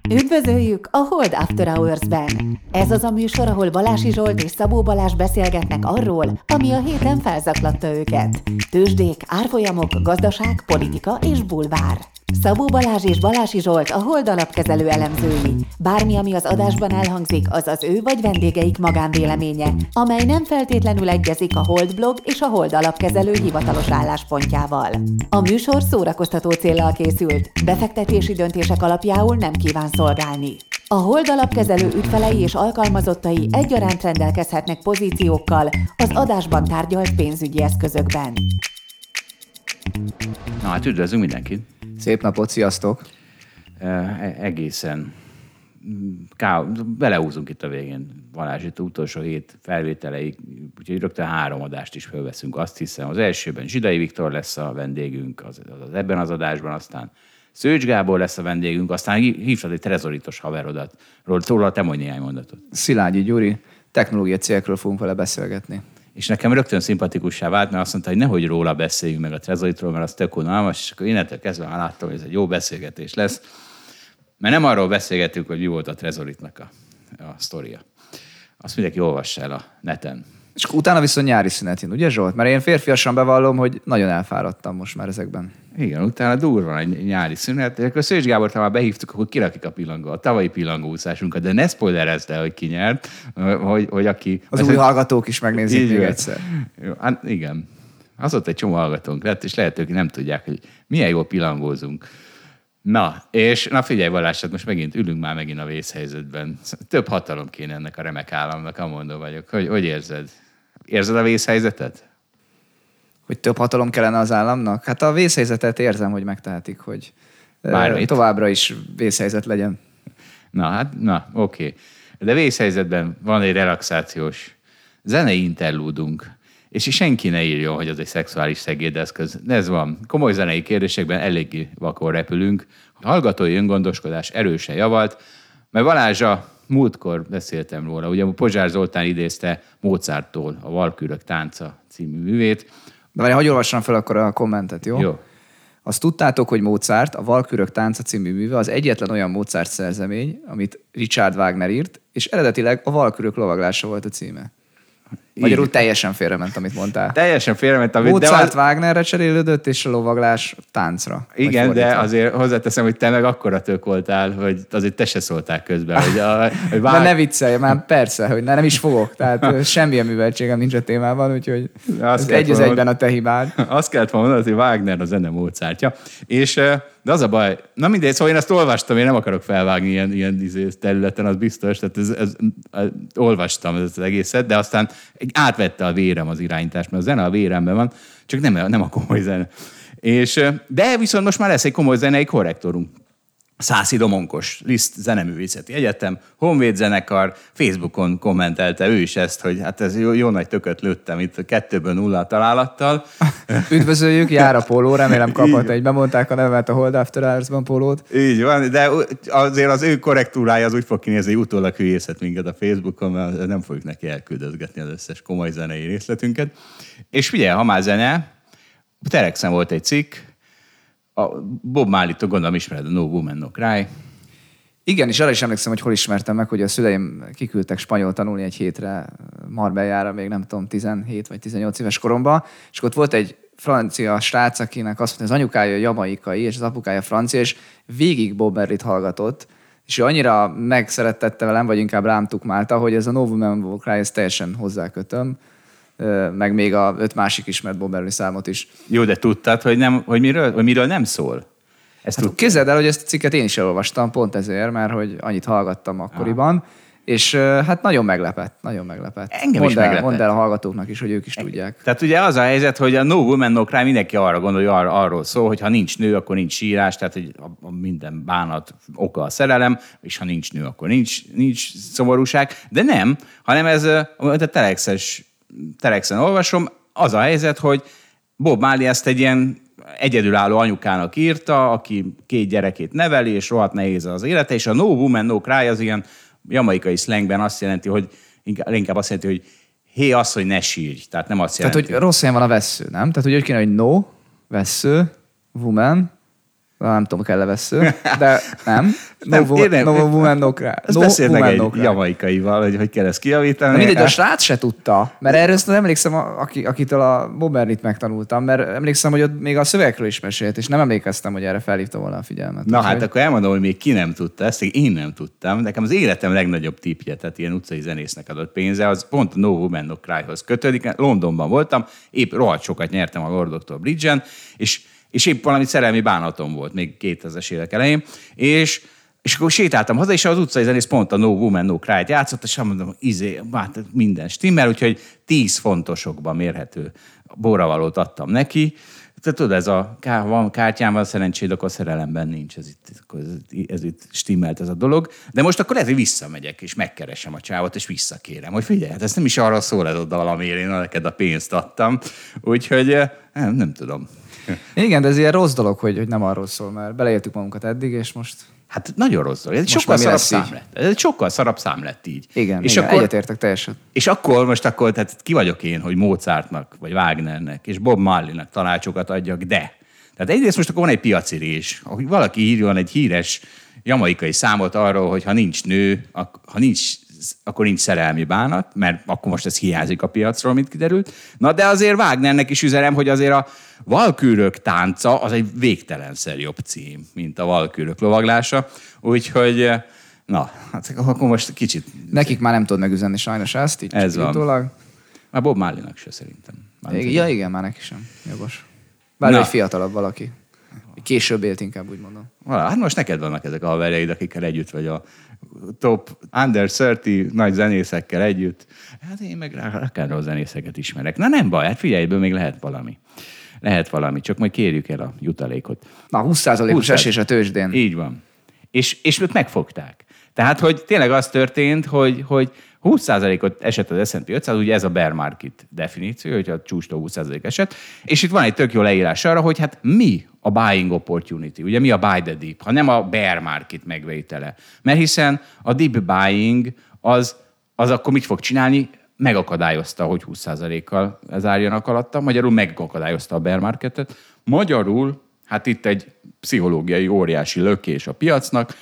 Üdvözöljük a Hold After Hours-ben! Ez az a műsor, ahol Balási Zsolt és Szabó Balázs beszélgetnek arról, ami a héten felzaklatta őket. Tőzsdék, árfolyamok, gazdaság, politika és bulvár. Szabó Balázs és Balási Zsolt a Hold alapkezelő elemzői. Bármi, ami az adásban elhangzik, az az ő vagy vendégeik magánvéleménye, amely nem feltétlenül egyezik a Hold blog és a Hold alapkezelő hivatalos álláspontjával. A műsor szórakoztató céllal készült, befektetési döntések alapjául nem kíván szolgálni. A Hold alapkezelő ügyfelei és alkalmazottai egyaránt rendelkezhetnek pozíciókkal az adásban tárgyalt pénzügyi eszközökben. Na hát üdvözlünk mindenkit! Szép napot, sziasztok! Egészen belehúzunk itt a végén Balázs itt utolsó hét felvételeig, úgyhogy rögtön 3 adást is felveszünk. Azt hiszem, az elsőben Zsidai Viktor lesz a vendégünk, az ebben az adásban, aztán Szőcs Gábor lesz a vendégünk, aztán hívtad egy trezoritos haverodat, róla te mondj néhány mondatot. Szilágyi Gyuri, technológiai cégekről fogunk vele beszélgetni. És nekem rögtön szimpatikussá vált, mert azt mondta, hogy nehogy róla beszéljünk meg a trezoritról, mert az tök unalmas, és akkor innentől kezdve már láttam, hogy ez egy jó beszélgetés lesz. Mert nem arról beszélgetünk, hogy mi volt a trezoritnak a sztoria. Azt mindenki olvassa el a neten. És utána viszont nyári szünet jön, ugye Zsolt? Mert én férfiasan bevallom, hogy nagyon elfáradtam most már ezekben. Igen, utána durva egy nyári szünet. Akkor Szőcs Gábort, ha már behívtuk, akkor kirakik a tavalyi pillangóúszásunkat, de ne spoilerezd el, hogy ki nyert, hogy aki... Az új hallgatók is megnézik még egyszer. Jó, hát igen. Az ott egy csomó hallgatónk lett, és lehet, hogy nem tudják, hogy milyen jól pillangózunk. Na, és figyelj Balázs, most megint ülünk már megint a vészhelyzetben. Több hatalom kéne ennek a remek államnak, amondó vagyok. Hogy érzed? Érzed a vészhelyzetet? Hogy több hatalom kellene az államnak? Hát a vészhelyzetet érzem, hogy megtehetik, hogy továbbra is vészhelyzet legyen. Na, oké. De vészhelyzetben van egy relaxációs zenei interlúdunk, és senki ne írjon, hogy az egy szexuális szegédeszköz. De ez van. Komoly zenei kérdésekben eléggé vakon repülünk. A hallgatói öngondoskodás erősen javalt, mert Balázsa múltkor beszéltem róla. Ugye Pozsár Zoltán idézte Mozarttól a Valkürök tánca című művét. De várj, hagyj olvassam fel akkor a kommentet, jó? Jó. Azt tudtátok, hogy Mozart, a Valkürök tánca című műve az egyetlen olyan Mozart szerzemény, amit Richard Wagner írt, és eredetileg a Valkürök lovaglása volt a címe. Magyarul teljesen félrement, amit mondtál. Teljesen félrement, amit... Mozart Wagnerre cserélődött, és a lovaglás táncra. Igen, de azért hozzáteszem, hogy te meg akkora tök voltál, hogy azért te se szóltál közben. Hogy de ne viccelj, már persze, hogy nem is fogok. Tehát semmilyen műveltségem nincs a témában, úgyhogy ez egy az egyben a te hibád. Azt kellett volna mondani, hogy Wagner a zene Mozartja. És de az a baj, na mindegy, szóval én ezt olvastam, én nem akarok felvágni ilyen területen, az biztos, tehát olvastam ezt az egészet, de aztán átvette a vérem az irányítást, mert a zene a véremben van, csak nem a komoly zene. De viszont most már lesz egy komoly zenei korrektorunk. Szászi Domonkos, Liszt Zeneművészeti Egyetem, Honvéd zenekar, Facebookon kommentelte ő is ezt, hogy hát ez jó nagy tököt lőttem itt 2-0 találattal. Üdvözöljük, jár a póló, remélem kaphat egy, bemondták a nevemet a Hold After Hours-ban pólót. Így van, de azért az ő korrektúrája az úgy fog kinézni, hogy utólag hülyészhet minket a Facebookon, mert nem fogjuk neki elküldözgetni az összes komoly zenei részletünket. És figyelj, ha már zene, Telexen volt egy cikk, a Bob Marley-től gondolom ismered, a No Woman, No Cry. Igen, és arra is emlékszem, hogy hol ismertem meg, hogy a szüleim kiküldtek spanyol tanulni egy hétre Marbellára, még nem tudom, 17 vagy 18 éves koromban, és ott volt egy francia srác, akinek azt mondta, az anyukája jamaikai, és az apukája francia, és végig Bob Marley-t hallgatott, és ő annyira megszerettette velem, vagy inkább rám tukmálta, hogy ez a No Woman, No Cry, ezt teljesen hozzákötöm, meg még a 5 másik ismert Bob Marley számot is. Jó, de tudtad, hogy miről nem szól? Képzeld el, hogy ezt a cikket én is elolvastam, pont ezért, mert hogy annyit hallgattam akkoriban, és hát nagyon meglepett. Engem is meglepett. Mondd el a hallgatóknak is, hogy ők is tudják. Tehát ugye az a helyzet, hogy a No Woman, No Cry mindenki arra gondol, hogy arról szól, hogy ha nincs nő, akkor nincs sírás, tehát hogy minden bánat oka a szerelem, és ha nincs nő, akkor nincs szomorúság. De nem, hanem ez a Telexen olvasom, az a helyzet, hogy Bob Marley ezt egy ilyen egyedülálló anyukának írta, aki 2 gyerekét neveli, és rohadt nehéz az élete, és a No Woman, No Cry az ilyen jamaikai slangben azt jelenti, hogy inkább azt jelenti, hogy hé, az, hogy ne sírj. Tehát nem azt jelenti. Tehát, hogy rossz helyen van a vessző, nem? Tehát, hogy úgy kéne, hogy no, vessző, woman, Nem tudom, kell levessző, de nem. No woman, no cry. Ezt beszéld meg egy jamaikaival, hogy kell ezt kijavítani. Mindegy, a srác se tudta, mert erről emlékszem, akitől a Bob Marley-t megtanultam, mert emlékszem, hogy ott még a szövegről is mesélt, és nem emlékeztem, hogy erre felhívta volna a figyelmet. Na hát akkor elmondom, hogy még ki nem tudta ezt, én nem tudtam. Nekem az életem legnagyobb tippje, tehát ilyen utcai zenésznek adott pénze, az pont a No Woman, No Cry-hoz kötődik. Londonban voltam, épp rohadt sokat nyertem a Lord Dr. Bridge-en, és épp valami szerelmi bánatom volt még 2000-es évek elején, és akkor sétáltam haza, és az utcai zenész pont a No Woman, No Cry-t játszott, és mondom, minden stimmel, úgyhogy 10 fontosokban mérhető borravalót adtam neki. Tehát tudod, ez van kártyám, van szerencséd, akkor szerelemben nincs, ez itt stimmelt ez a dolog. De most akkor lehet, hogy visszamegyek, és megkeresem a csávot, és visszakérem, hogy figyelj, hát ez nem is arra szól ez a dal, amiért én neked a pénzt adtam. Úgyhogy nem tudom. Igen, de ez ilyen rossz dolog, hogy nem arról szól, mert beleéltük magunkat eddig, és most... Hát nagyon rossz dolog. Ez sokkal szarabb szám lett. Ez sokkal szarabb szám lett így. Igen, és igen, akkor, egyetértek teljesen. És akkor tehát ki vagyok én, hogy Mozartnak, vagy Wagnernek, és Bob Marleynek tanácsokat adjak, de. Tehát egyrészt most akkor van egy piacirés, hogy valaki írjon egy híres jamaikai számot arról, hogy ha nincs nő, akkor nincs szerelmi bánat, mert akkor most ez hiányzik a piacról, mint kiderült. Na, de azért Wagnernek is üzenem, hogy azért a Valkürök tánca az egy végtelenszer jobb cím, mint a Valkürök lovaglása. Úgyhogy, na, hát akkor most kicsit... Nekik már nem tudod megüzenni sajnos ezt, így ez van. Utólag. Már Bob Marleynak se szerintem. Ja, igen, már neki sem. Jogos. Bár egy fiatalabb valaki. Később élt inkább, úgy mondom. Hát most neked vannak ezek a haverjaid, akikkel együtt vagy a top under 30 nagy zenészekkel együtt. Hát én meg rock'n'roll zenészeket ismerek. Na nem baj, hát figyelj, ebből még lehet valami. Lehet valami, csak majd kérjük el a jutalékot. Na, 20%-os esés a tőzsdén. Így van. És őt megfogták. Tehát, hogy tényleg az történt, hogy 20%-ot esett az S&P 500, ugye ez a bear market definíció, hogy a csúcstól 20% esett, és itt van egy tök jó leírás arra, hogy hát mi a buying opportunity, ugye mi a buy the dip, ha nem a bear market megvétele. Mert hiszen a dip buying az akkor mit fog csinálni? Megakadályozta, hogy 20%-kal zárjanak alatta, magyarul megakadályozta a bear marketet, magyarul, hát itt egy pszichológiai óriási lökés a piacnak,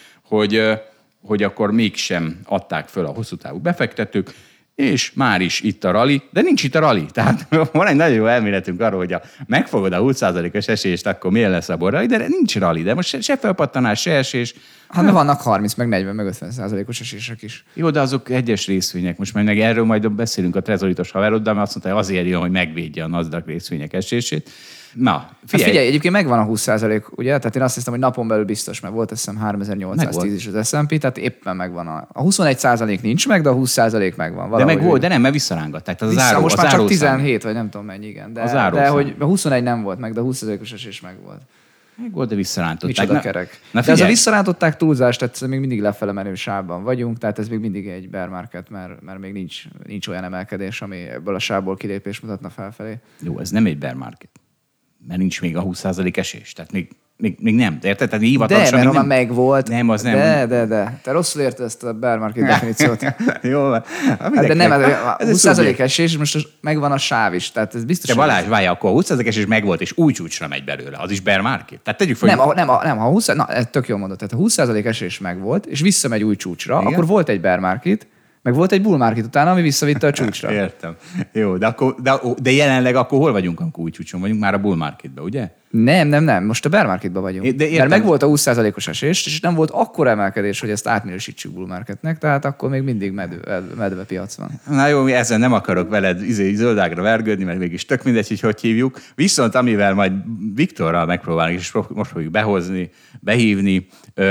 hogy akkor mégsem adták föl a hosszú távú befektetők, és már is itt a rali, de nincs itt a rali. Tehát van egy nagyon jó elméletünk arról, hogy megfogod a 20%-os esést, akkor milyen lesz a borrali, de nincs rali, de most se felpattanás, se esés. Hát mert vannak 30, meg 40, meg 50%-os esések is. Jó, de azok egyes részvények. Most meg erről majd beszélünk a trezoritos haveroddal, mert azt mondta, hogy azért jön, hogy megvédje a NASDAQ részvények esését. Na, figyelj, egyébként megvan a 20%, ugye? Tehát én azt hiszem, hogy napon belül biztos, mert volt azt hiszem 3810 is az S&P, tehát éppen megvan a 21% nincs meg, de a 20% megvan. De meg volt, de nem, mert visszarángatták. Tehát most már csak 17, vagy nem tudom mennyi, igen. De hogy a 21 nem volt meg, de a 20%-os esés meg volt. Meg volt, de visszarántották. Micsoda kerek. De ez a visszarántották túlzást, tehát még mindig lefele menő sávban vagyunk, tehát ez még mindig egy bear market, mert még nincs olyan emelkedés, ami ebből a sávból kilépés mutatna felfelé. Jó, ez nem egy bear market. Mert nincs még a 20% esés. Tehát még nem. Érted? Tehát hivatalosan... De, mert már megvolt. Nem, az nem. De. Te rosszul érted ezt a bear market definíciót. Jó, de nem, a 20% esés, most megvan a sáv is. Tehát ez biztos. De Balázs, várj, akkor a 20% esés megvolt, és új csúcsra megy belőle. Az is bear market? Tehát tegyük fel, nem, ha 20, na, ez tök jól mondod. Tehát a 20% esés megvolt, és visszamegy új csúcsra, igen? Akkor volt egy bear market, meg volt egy bull market utána, ami visszavitte a csúcsra. Értem. Jó, de jelenleg akkor hol vagyunk, amikor új csúcson vagyunk? Már a bull marketben, ugye? Nem. Most a bear marketben vagyunk. Mert megvolt a 20%-os esés, és nem volt akkora emelkedés, hogy ezt átminősítsük bull marketnek, tehát akkor még mindig medve piac van. Na jó, mi ezzel nem akarok veled zöldágra vergődni, mert mégis tök mindegy, hogy hívjuk. Viszont amivel majd Viktorral megpróbálunk, és most fogjuk behívni,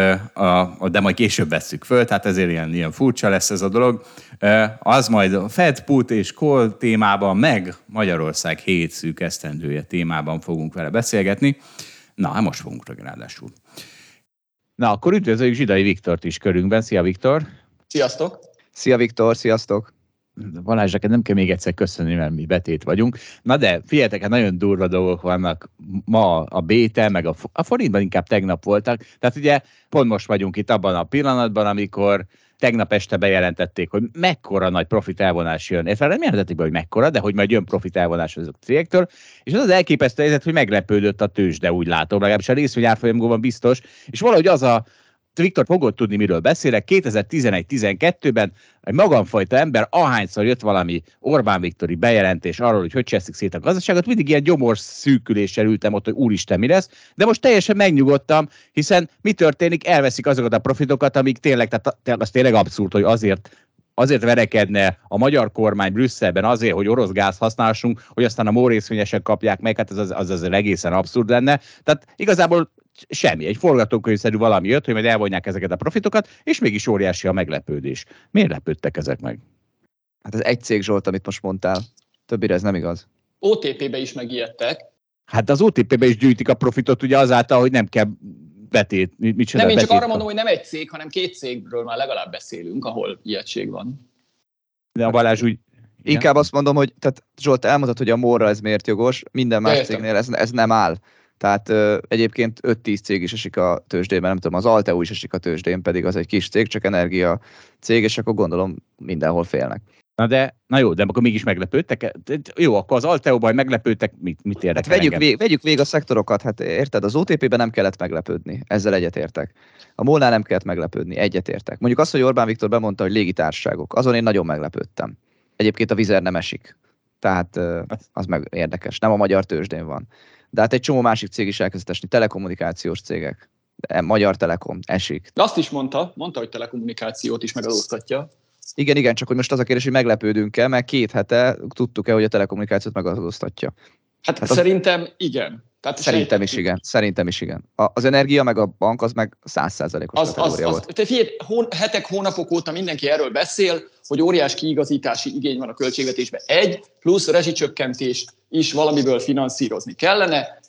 de majd később vesszük föl, tehát ezért ilyen furcsa lesz ez a dolog. Az majd a Fed, Put és Call témában, meg Magyarország 7 szűk esztendője témában fogunk vele beszélgetni. Na, hát most fogunk ráadásul. Na, akkor üdvözöljük Zsidai Viktort is körünkben. Szia, Viktor! Sziasztok! Szia, Viktor, sziasztok! Balázs, neked nem kell még egyszer köszönni, mert mi betét vagyunk. Na de figyeljetek, hát nagyon durva dolgok vannak ma a BT, meg a forintban inkább tegnap voltak. Tehát ugye pont most vagyunk itt abban a pillanatban, amikor tegnap este bejelentették, hogy mekkora nagy profit elvonás jön. Érted, nem jelentették be, hogy mekkora, de hogy majd jön profit elvonás azok a cégektől. És az elképesztő helyzet, hogy meglepődött a tőzsde, úgy látom, legalábbis a részvényárfolyamban biztos. És valahogy az a Viktor, fogod tudni, miről beszélek. 2011-12-ben egy magamfajta ember, ahányszor jött valami Orbán Viktori bejelentés arról, hogy cseszik szét a gazdaságot, mindig ilyen gyomor szűküléssel ültem ott, hogy úristen, mi lesz. De most teljesen megnyugodtam, hiszen mi történik? Elveszik azokat a profitokat, amik tényleg, tehát az tényleg abszurd, hogy azért verekedne a magyar kormány Brüsszelben azért, hogy orosz gáz használhassunk, hogy aztán a MOL részvényesek kapják meg, hát ez azért egészen abszurd lenne. Tehát igazából semmi, egy forgatókönyvszerű valami jött, hogy majd elvonják ezeket a profitokat, és mégis óriási a meglepődés. Miért lepődtek ezek meg? Hát ez egy cég, Zsolt, amit most mondtál. Többire ez nem igaz. OTP-be is megijedtek. Hát az OTP-be is gyűjtik a profitot, ugye azáltal, hogy nem kell betét. Nem, én csak arra mondom, hogy nem egy cég, hanem két cégről már legalább beszélünk, ahol ijegység van. De a Balázs úgy... Inkább azt mondom, hogy tehát Zsolt elmondhat, hogy a MOL-ra ez miért jogos, minden más cégnél ez nem áll. Tehát egyébként 5-10 cég is esik a tőzsdében, nem tudom, az Alteo is esik a tőzsdén, pedig az egy kis cég, csak energia cég, és akkor gondolom mindenhol félnek. Na jó, de akkor mégis meglepődtek? Jó, akkor az Alteo-ban meglepődtek, mit érdekel? Hát vegyük végig a szektorokat, hát érted, az OTP-ben nem kellett meglepődni, ezzel egyetértek. A MOL-nál nem kellett meglepődni, egyetértek. Mondjuk azt, hogy Orbán Viktor bemondta, hogy légitársaságok, azon én nagyon meglepődtem. Egyébként a Vizer nem esik, tehát az meg érdekes, nem a magyar tőzsdén van. De hát egy csomó másik cég is elkezdett esni, telekommunikációs cégek. Magyar Telekom esik. De azt is mondta, hogy telekommunikációt is megadóztatja. Igen, csak hogy most az a kérdés, hogy meglepődünk-e, mert 2 hete tudtuk-e, hogy a telekommunikációt megadóztatja. Hát szerintem igen. Tehát Szerintem is igen. Az energia meg a bank az meg 100%-os kategória volt. Te figyelj, hetek, hónapok óta mindenki erről beszél, hogy óriás kiigazítási igény van a költségvetésben. 1, plusz rezsicsökkentést is valamiből finanszírozni kellene.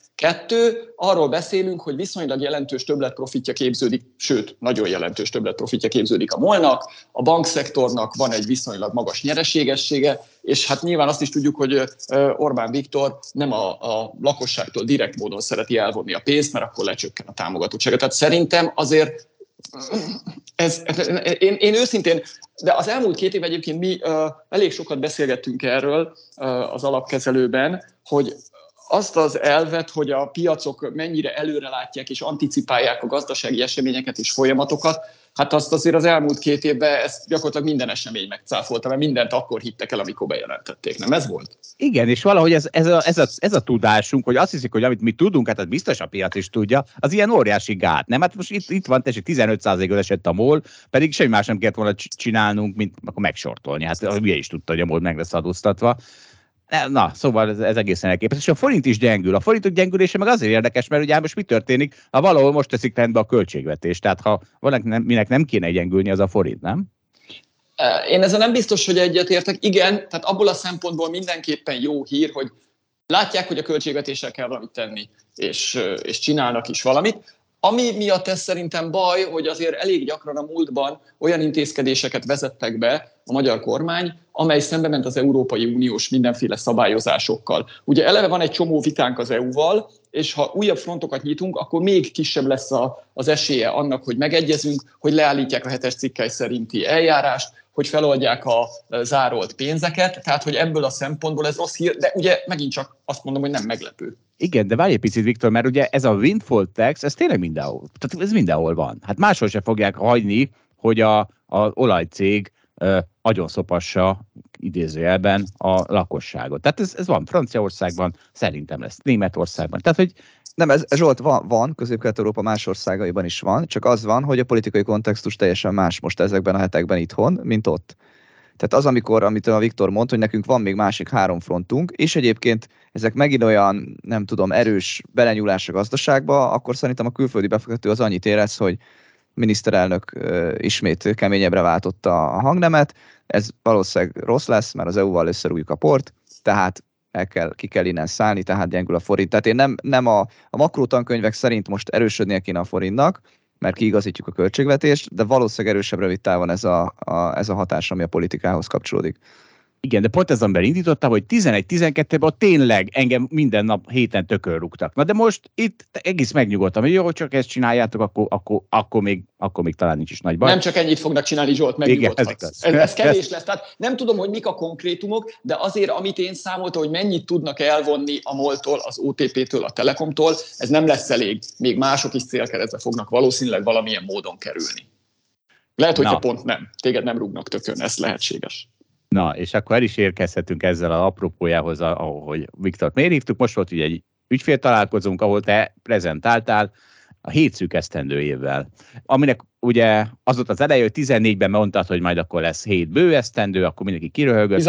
2, arról beszélünk, hogy viszonylag jelentős többletprofitja képződik, sőt, nagyon jelentős többletprofitja képződik a MOL-nak, a bankszektornak van egy viszonylag magas nyereségessége, és hát nyilván azt is tudjuk, hogy Orbán Viktor nem a lakosságtól direkt módon szereti elvonni a pénzt, mert akkor lecsökken a támogatottsága. Tehát szerintem azért én őszintén, de az elmúlt 2 év egyébként mi elég sokat beszélgettünk erről az alapkezelőben, hogy azt az elvet, hogy a piacok mennyire előrelátják és anticipálják a gazdasági eseményeket és folyamatokat, hát azt azért az elmúlt 2 évben ezt gyakorlatilag minden esemény megcáfolta, mert mindent akkor hittek el, amikor bejelentették. Nem ez volt? Igen, és valahogy ez a tudásunk, hogy azt hiszik, hogy amit mi tudunk, hát az biztos a piac is tudja, az ilyen óriási gát. Nem? Hát most itt van, tessék, 15%-ot esett a MOL, pedig semmi más nem kellett volna csinálnunk, mint akkor megsortolni. Hát ugye is tudta, hogy a MOL meg lesz adóztatva. Na, szóval ez egészen elképesztő. És a forint is gyengül. A forintok gyengülése meg azért érdekes, mert ugye most mi történik? Ha valahol most teszik rendbe a költségvetést. Tehát ha valakinek nem kéne gyengülni, az a forint, nem? Én ezzel nem biztos, hogy egyetértek. Igen, tehát abból a szempontból mindenképpen jó hír, hogy látják, hogy a költségvetéssel kell valamit tenni, és csinálnak is valamit. Ami miatt ez szerintem baj, hogy azért elég gyakran a múltban olyan intézkedéseket vezettek be a magyar kormány, amely szembe ment az Európai Uniós mindenféle szabályozásokkal. Ugye eleve van egy csomó vitánk az EU-val, és ha újabb frontokat nyitunk, akkor még kisebb lesz az esélye annak, hogy megegyezünk, hogy leállítják a 7-es cikkely szerinti eljárást, hogy feloldják a zárolt pénzeket, tehát hogy ebből a szempontból ez rossz hír, de ugye megint csak azt mondom, hogy nem meglepő. Igen, de várj egy picit, Viktor, mert ugye ez a windfall tax, ez tényleg mindenhol, tehát ez mindenhol van. Hát máshol se fogják hagyni, hogy az olajcég agyonszopassa idézőjelben a lakosságot. Tehát ez van Franciaországban, szerintem lesz Németországban. Tehát, hogy nem, ez Zsolt, van, Közép-Kelet-Európa más országaiban is van, csak az van, hogy a politikai kontextus teljesen más most ezekben a hetekben itthon, mint ott. Tehát az, amit a Viktor mondta, hogy nekünk van még másik 3 frontunk, és egyébként ezek megint olyan, nem tudom, erős belenyúlás a gazdaságba, akkor szerintem a külföldi befektető az annyit érez, hogy miniszterelnök ismét keményebbre váltotta a hangnemet, ez valószínűleg rossz lesz, mert az EU-val összerújjuk a port, tehát ki kell innen szállni, tehát gyengül a forint. Tehát én nem a makrótankönyvek szerint most erősödnie kéne a forintnak, mert kiigazítjuk a költségvetést, de valószínűleg erősebb rövid távon ez a hatás, ami a politikához kapcsolódik. Igen, de pont ez ember indítottam, hogy 11-12-ben tényleg engem minden nap héten tökön rúgtak. Na de most itt egész megnyugodtam, hogy jó, csak ezt csináljátok, akkor még talán nincs is nagy baj. Nem csak ennyit fognak csinálni, Zsolt, megnyugodhatsz. Ez kevés lesz. Tehát nem tudom, hogy mik a konkrétumok, de azért, amit én számoltam, hogy mennyit tudnak elvonni a MOL-tól, az OTP-től, a Telekomtól, ez nem lesz elég. Még mások is célkeresztbe fognak valószínűleg valamilyen módon kerülni. Lehet, hogyha pont nem. Téged nem rúgnak tökön, ez lehetséges. Na, és akkor el is érkezhetünk ezzel az apropójához, ahogy Viktort miért hívtuk. Most volt ugye egy ügyféltalálkozónk, ahol te prezentáltál a 7 szűk esztendőjével, aminek ugye az volt az eleje, hogy 14-ben mondtad, hogy majd akkor lesz 7 bő esztendő, akkor mindenki kiröhögött.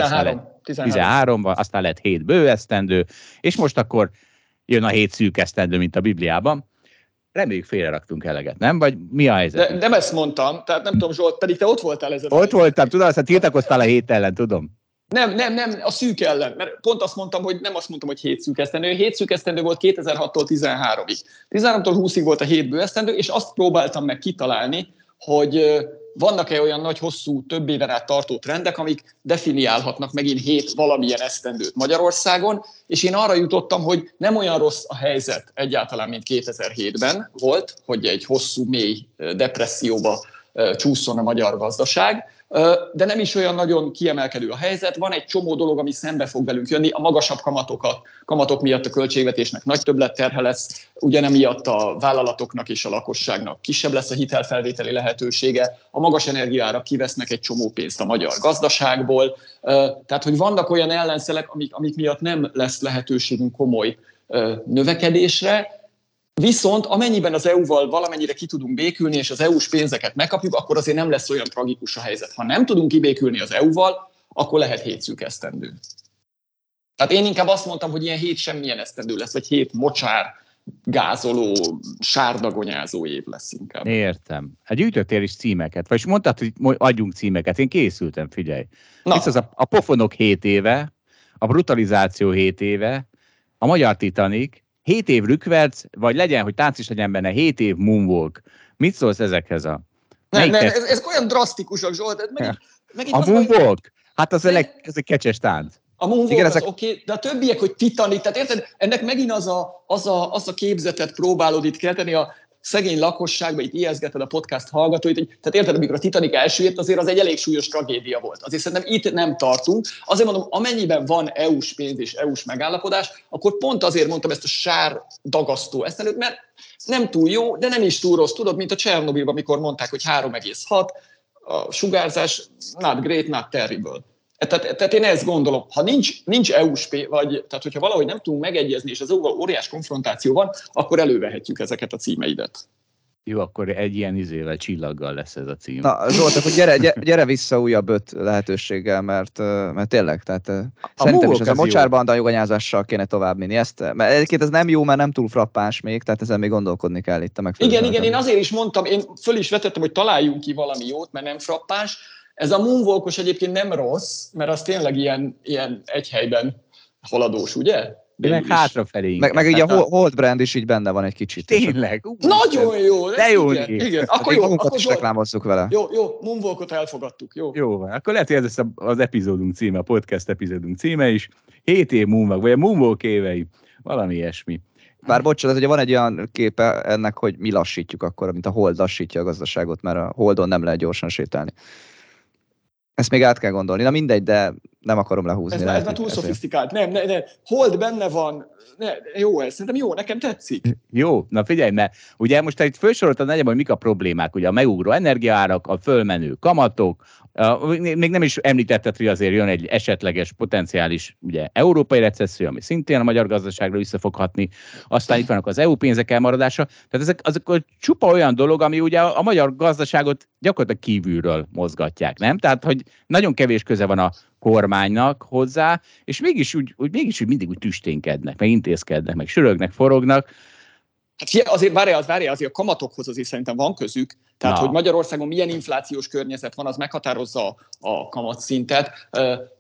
13-ban, aztán lett 7 bő esztendő, és most akkor jön a 7 szűk esztendő, mint a Bibliában. Reméljük félreraktunk eleget, nem? Vagy mi a helyzet? De nem ezt mondtam, tehát nem tudom, Zsolt, pedig te ott voltál ezen. Ott voltam, tudod, aztán tiltakoztál a 7 ellen, tudom. Nem, a szűk ellen, mert pont azt mondtam, hogy nem azt mondtam, hogy 7 szűk esztendő. 7 szűk esztendő volt 2006-tól 13-ig. 13-tól 20-ig volt a 7 bő esztendő, és azt próbáltam meg kitalálni, hogy vannak-e olyan nagy, hosszú, több éven át tartó trendek, amik definiálhatnak megint 7 valamilyen esztendőt Magyarországon, és én arra jutottam, hogy nem olyan rossz a helyzet egyáltalán, mint 2007-ben volt, hogy egy hosszú, mély depresszióba csúszson a magyar gazdaság, de nem is olyan nagyon kiemelkedő a helyzet. Van egy csomó dolog, ami szembe fog velünk jönni. A magasabb kamatok miatt a költségvetésnek nagy többletterhe lesz, ugyanem miatt a vállalatoknak és a lakosságnak kisebb lesz a hitelfelvételi lehetősége. A magas energiaárak kivesznek egy csomó pénzt a magyar gazdaságból. Tehát, hogy vannak olyan ellenszelek, amik miatt nem lesz lehetőségünk komoly növekedésre. Viszont amennyiben az EU-val valamennyire ki tudunk békülni, és az EU-s pénzeket megkapjuk, akkor azért nem lesz olyan tragikus a helyzet. Ha nem tudunk kibékülni az EU-val, akkor lehet 7 szűk esztendő. Tehát én inkább azt mondtam, hogy ilyen 7 semmilyen esztendő lesz, vagy 7 mocsár, gázoló, sárdagonyázó év lesz inkább. Értem. Hát gyűjtöttél is címeket, vagyis mondtad, hogy adjunk címeket. Én készültem, figyelj. Itt az a pofonok 7 éve, a brutalizáció 7 éve, a magyar Titanic, 7 év rükverc, vagy legyen, hogy tánc is legyen benne, 7 év moonwalk. Mit szólsz ezekhez a... Ez olyan drasztikusak, Zsolt. A moonwalk? Hát ez egy kecses tánc. A moonwalk az oké, de a többiek, hogy Titanic, tehát érted, ennek megint az a képzetet próbálod itt kelteni a szegény lakosságba, itt ijeszgeted a podcast hallgatóit, tehát érted, amikor a Titanic elsüllyedt, azért az egy elég súlyos tragédia volt. Azért szerintem itt nem tartunk. Azért mondom, amennyiben van EU-s pénz és EU-s megállapodás, akkor pont azért mondtam ezt a sár dagasztó esztenőt, mert nem túl jó, de nem is túl rossz. Tudod, mint a Csernobilban, amikor mondták, hogy 3,6, a sugárzás, not great, not terrible. Tehát én ezt gondolom, ha nincs EU-s tehát hogyha valahogy nem tudunk megegyezni, és az EU-val óriás konfrontáció van, akkor elővehetjük ezeket a címeidet. Jó, akkor egy ilyen izével, csillaggal lesz ez a cím. Na, Zsolt, akkor gyere vissza újabb 5 lehetőséggel, mert tényleg, tehát szerintem is ez a mocsárbanda joganyázással kéne tovább menni. Mert egyébként ez nem jó, mert nem túl frappáns még, tehát ezen még gondolkodni kell itt a megfelelő. Igen, én azért is mondtam, én föl is vetettem, hogy találjunk ki valami jót, mert nem frappáns. Ez a moonwalkos egyébként nem rossz, mert az tényleg ilyen egy helyben haladós, ugye? Meg hátrafelé. Meg ugye a Hold brand is így benne van egy kicsit. Tényleg. Nagyon jó. De jó. Igen. Akkor jó. Akkor is reklámozzuk vele. Jó, moonwalkot elfogadtuk. Jó, akkor lehet, hogy ez lesz az epizódunk címe, a podcast epizódunk címe is. 7 év moonwalk, vagy a moonwalk évei. Valami ilyesmi. Bár bocsánat, ugye van egy olyan képe ennek, hogy mi lassítjuk akkor, mint a Hold lassítja a gazdaságot, mert a Holdon nem lehet gyorsan sétálni. Ezt még át kell gondolni. Na mindegy, de nem akarom lehúzni. Ez már túl szofisztikált. Nem. Hold benne van. Jó ez. Szerintem jó, nekem tetszik. Jó, na figyelj, mert ugye most itt felsoroltad nagyjából, hogy mik a problémák. Ugye a megugró energiaárak, a fölmenő kamatok, még nem is említetted, hogy azért jön egy esetleges potenciális ugye, európai recesszió, ami szintén a magyar gazdaságra vissza fog hatni. Aztán itt vannak az EU pénzek elmaradása. Tehát ezek csupa olyan dolog, ami ugye a magyar gazdaságot gyakorlatilag kívülről mozgatják, nem? Tehát, hogy nagyon kevés köze van a kormánynak hozzá, és mégis úgy mindig úgy tüsténkednek, meg intézkednek, meg sürögnek, forognak. Hát azért várjál, azért a kamatokhoz azért szerintem van közük. Tehát, hogy Magyarországon milyen inflációs környezet van, az meghatározza a kamatszintet.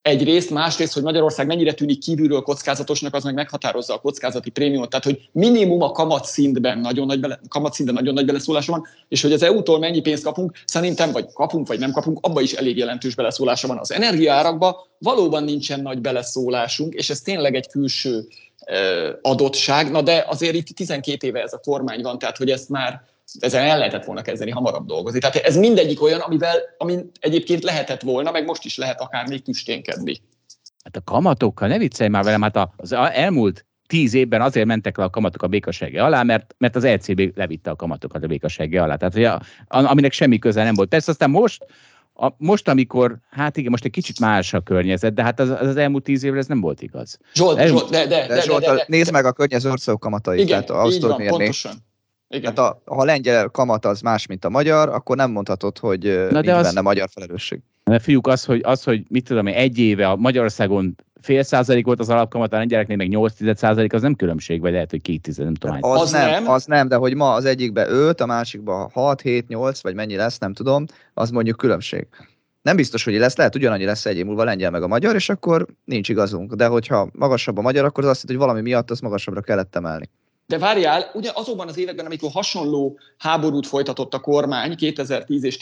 egyrészt, másrészt, hogy Magyarország mennyire tűnik kívülről kockázatosnak, az meg meghatározza a kockázati prémiumot. Tehát, hogy minimum a kamatszintben nagyon nagy beleszólása van, és hogy az EU-tól mennyi pénzt kapunk, szerintem vagy kapunk, vagy nem kapunk, abban is elég jelentős beleszólása van. Az energiaárakban valóban nincsen nagy beleszólásunk, és ez tényleg egy külső adottság, na de azért itt 12 éve ez a kormány van, tehát hogy ezt már ezen el lehetett volna kezdeni hamarabb dolgozni. Tehát ez mindegyik olyan, amin egyébként lehetett volna, meg most is lehet akár még tüsténkedni. Hát a kamatokkal, ne viccelj már velem, hát az elmúlt 10 évben azért mentek le a kamatok a békassági alá, mert az ECB levitte a kamatokat a békassági alá. Tehát, aminek semmi köze nem volt. Persze aztán most, amikor, hát igen, most egy kicsit más a környezet, de hát az elmúlt 10 évre ez nem volt igaz. Zsolt, nézd meg a környező országok kamatait. Igen, tehát így van, pontosan. Igen. Hát ha a lengyel kamat az más, mint a magyar, akkor nem mondhatod, hogy nincs benne magyar felelősség. De fiúk, az, hogy mit tudom én, egy éve a Magyarországon 0,5% volt az alapkamat, a lengyeleknél meg 0,8%, az nem különbség, vagy lehet, hogy 2,10, nem tudom. Az nem, de hogy ma az egyikben 5, a másikban 6, 7, 8, vagy mennyi lesz, nem tudom, az mondjuk különbség. Nem biztos, hogy lesz, lehet ugyanannyi lesz egy év múlva a lengyel meg a magyar, és akkor nincs igazunk. De hogyha magasabb a magyar, akkor az azt jelenti, hogy valami miatt azt magasabbra kellett emelni. De várjál, ugye azokban az években, amikor hasonló háborút folytatott a kormány, 2010 és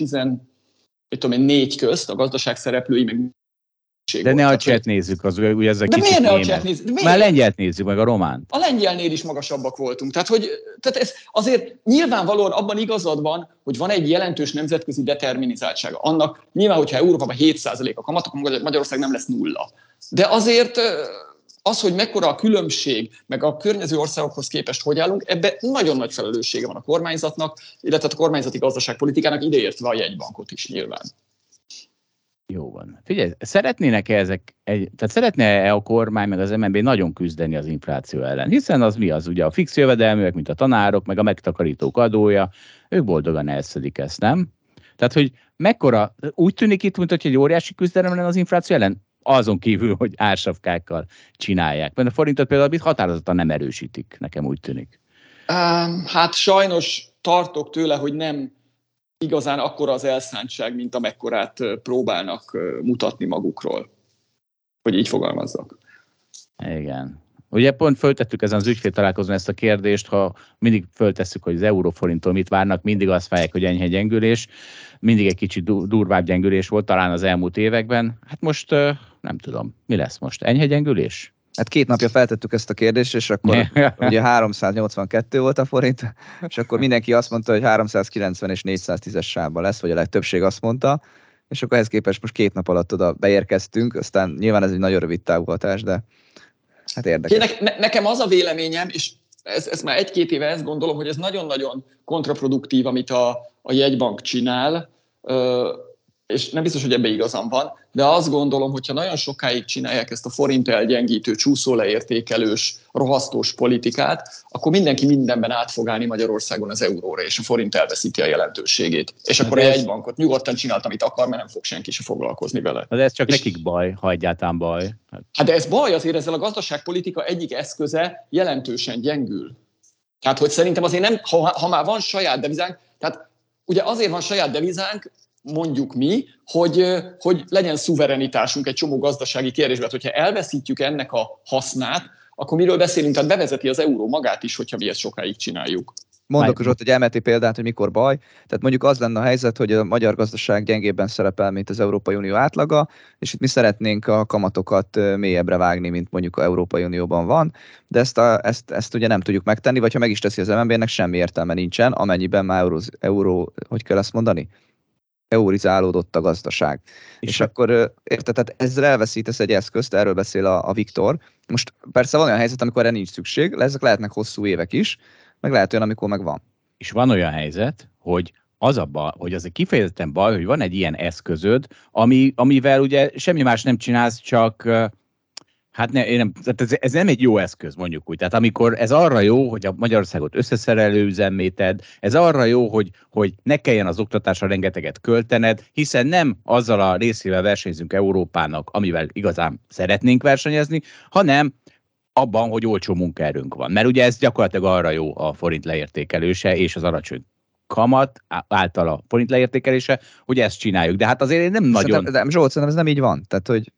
2014 közt, a gazdaság szereplői meg... De ne a cset nézzük, az ugye ez a de miért ne a cset nézzük? Már lengyelt nézzük, meg a románt. A lengyelnél is magasabbak voltunk. Tehát ez azért nyilvánvalóan abban igazad van, hogy van egy jelentős nemzetközi determinizáltsága. Annak nyilván, hogyha Európában 7% a kamat, akkor Magyarország nem lesz 0. De azért... Az, hogy mekkora a különbség, meg a környező országokhoz képest hogy állunk, ebben nagyon nagy felelőssége van a kormányzatnak, illetve a kormányzati gazdaságpolitikának, ideértve a jegybankot is nyilván. Jó van. Figyelj, szeretne a kormány meg az MNB nagyon küzdeni az infláció ellen? Hiszen az mi az? Ugye a fix jövedelműek, mint a tanárok, meg a megtakarítók adója, ők boldogan elszedik ezt, nem? Tehát, hogy mekkora, úgy tűnik itt, mint hogy egy óriási küzdelem lenne az infláció ellen? Azon kívül, hogy ársapkákkal csinálják. Mert a forintot például határozottan nem erősítik, nekem úgy tűnik. Hát sajnos tartok tőle, hogy nem igazán akkora az elszántság, mint amekkorát próbálnak mutatni magukról. Hogy így fogalmazzak. Igen. Ugye pont föltettük ezen az ügyféltalálkozón ezt a kérdést, ha mindig föltesszük, hogy az euróforinttól mit várnak, mindig azt várják, hogy enyhe gyengülés, mindig egy kicsit durvább gyengülés volt talán az elmúlt években. Hát most nem tudom, mi lesz most? Enyhe gyengülés? Hát 2 napja feltettük ezt a kérdést, és akkor ugye 382 volt a forint, és akkor mindenki azt mondta, hogy 390 és 410-es sávban lesz, vagy a legtöbbség azt mondta, és akkor ehhez képest most 2 nap alatt oda beérkeztünk, aztán nyilván ez egy nagyon rövid távoltás, de hát érdekes. Nekem az a véleményem, és ez már 1-2 éve ezt gondolom, hogy ez nagyon-nagyon kontraproduktív, amit a jegybank csinál, és nem biztos, hogy ebbe igazam van, de azt gondolom, hogyha nagyon sokáig csinálják ezt a forint elgyengítő, csúszóleértékelős, rohasztós politikát, akkor mindenki mindenben át fog állni Magyarországon az euróra, és a forint elveszíti a jelentőségét. És akkor a jegybankot nyugodtan csinált, amit akar, mert nem fog senki se foglalkozni vele. De ez csak nekik baj, ha egyáltalán baj. Hát de ez baj, azért ezzel a gazdaságpolitika egyik eszköze jelentősen gyengül. Tehát, hogy szerintem azért nem, ha már van saját devizánk, tehát ugye azért van saját devizánk, mondjuk mi, hogy legyen szuverenitásunk egy csomó gazdasági kérdésben. Hogyha elveszítjük ennek a hasznát, akkor miről beszélünk? Tehát bevezeti az euró magát is, hogyha mi ezt sokáig csináljuk. Mondok is ott egy elméleti példát, hogy mikor baj. Tehát mondjuk az lenne a helyzet, hogy a magyar gazdaság gyengébben szerepel, mint az Európai Unió átlaga, és itt mi szeretnénk a kamatokat mélyebbre vágni, mint mondjuk az Európai Unióban van, de ezt ugye nem tudjuk megtenni, vagy ha meg is teszi az MNB-nek, semmi értelme nincsen, amennyiben már euró, hogy kell ezt mondani? Eurizálódott a gazdaság. És akkor érted, tehát ezzel elveszítesz egy eszközt, erről beszél a Viktor. Most persze van olyan helyzet, amikor erre nincs szükség, ezek lehetnek hosszú évek is, meg lehet olyan, amikor meg van. És van olyan helyzet, hogy az a baj, hogy az egy kifejezetten baj, hogy van egy ilyen eszközöd, amivel ugye semmi más nem csinálsz, csak hát ez nem egy jó eszköz, mondjuk úgy. Tehát amikor ez arra jó, hogy a Magyarországot összeszerelő üzeméted, ez arra jó, hogy ne kelljen az oktatásra rengeteget költened, hiszen nem azzal a részével versenyzünk Európának, amivel igazán szeretnénk versenyezni, hanem abban, hogy olcsó munkaerőnk van. Mert ugye ez gyakorlatilag arra jó a forint leértékelése és az alacsony kamat által a forint leértékelése, hogy ezt csináljuk. De hát azért nem nagyon... De Zsolt, szerintem ez nem így van. Tehát, hogy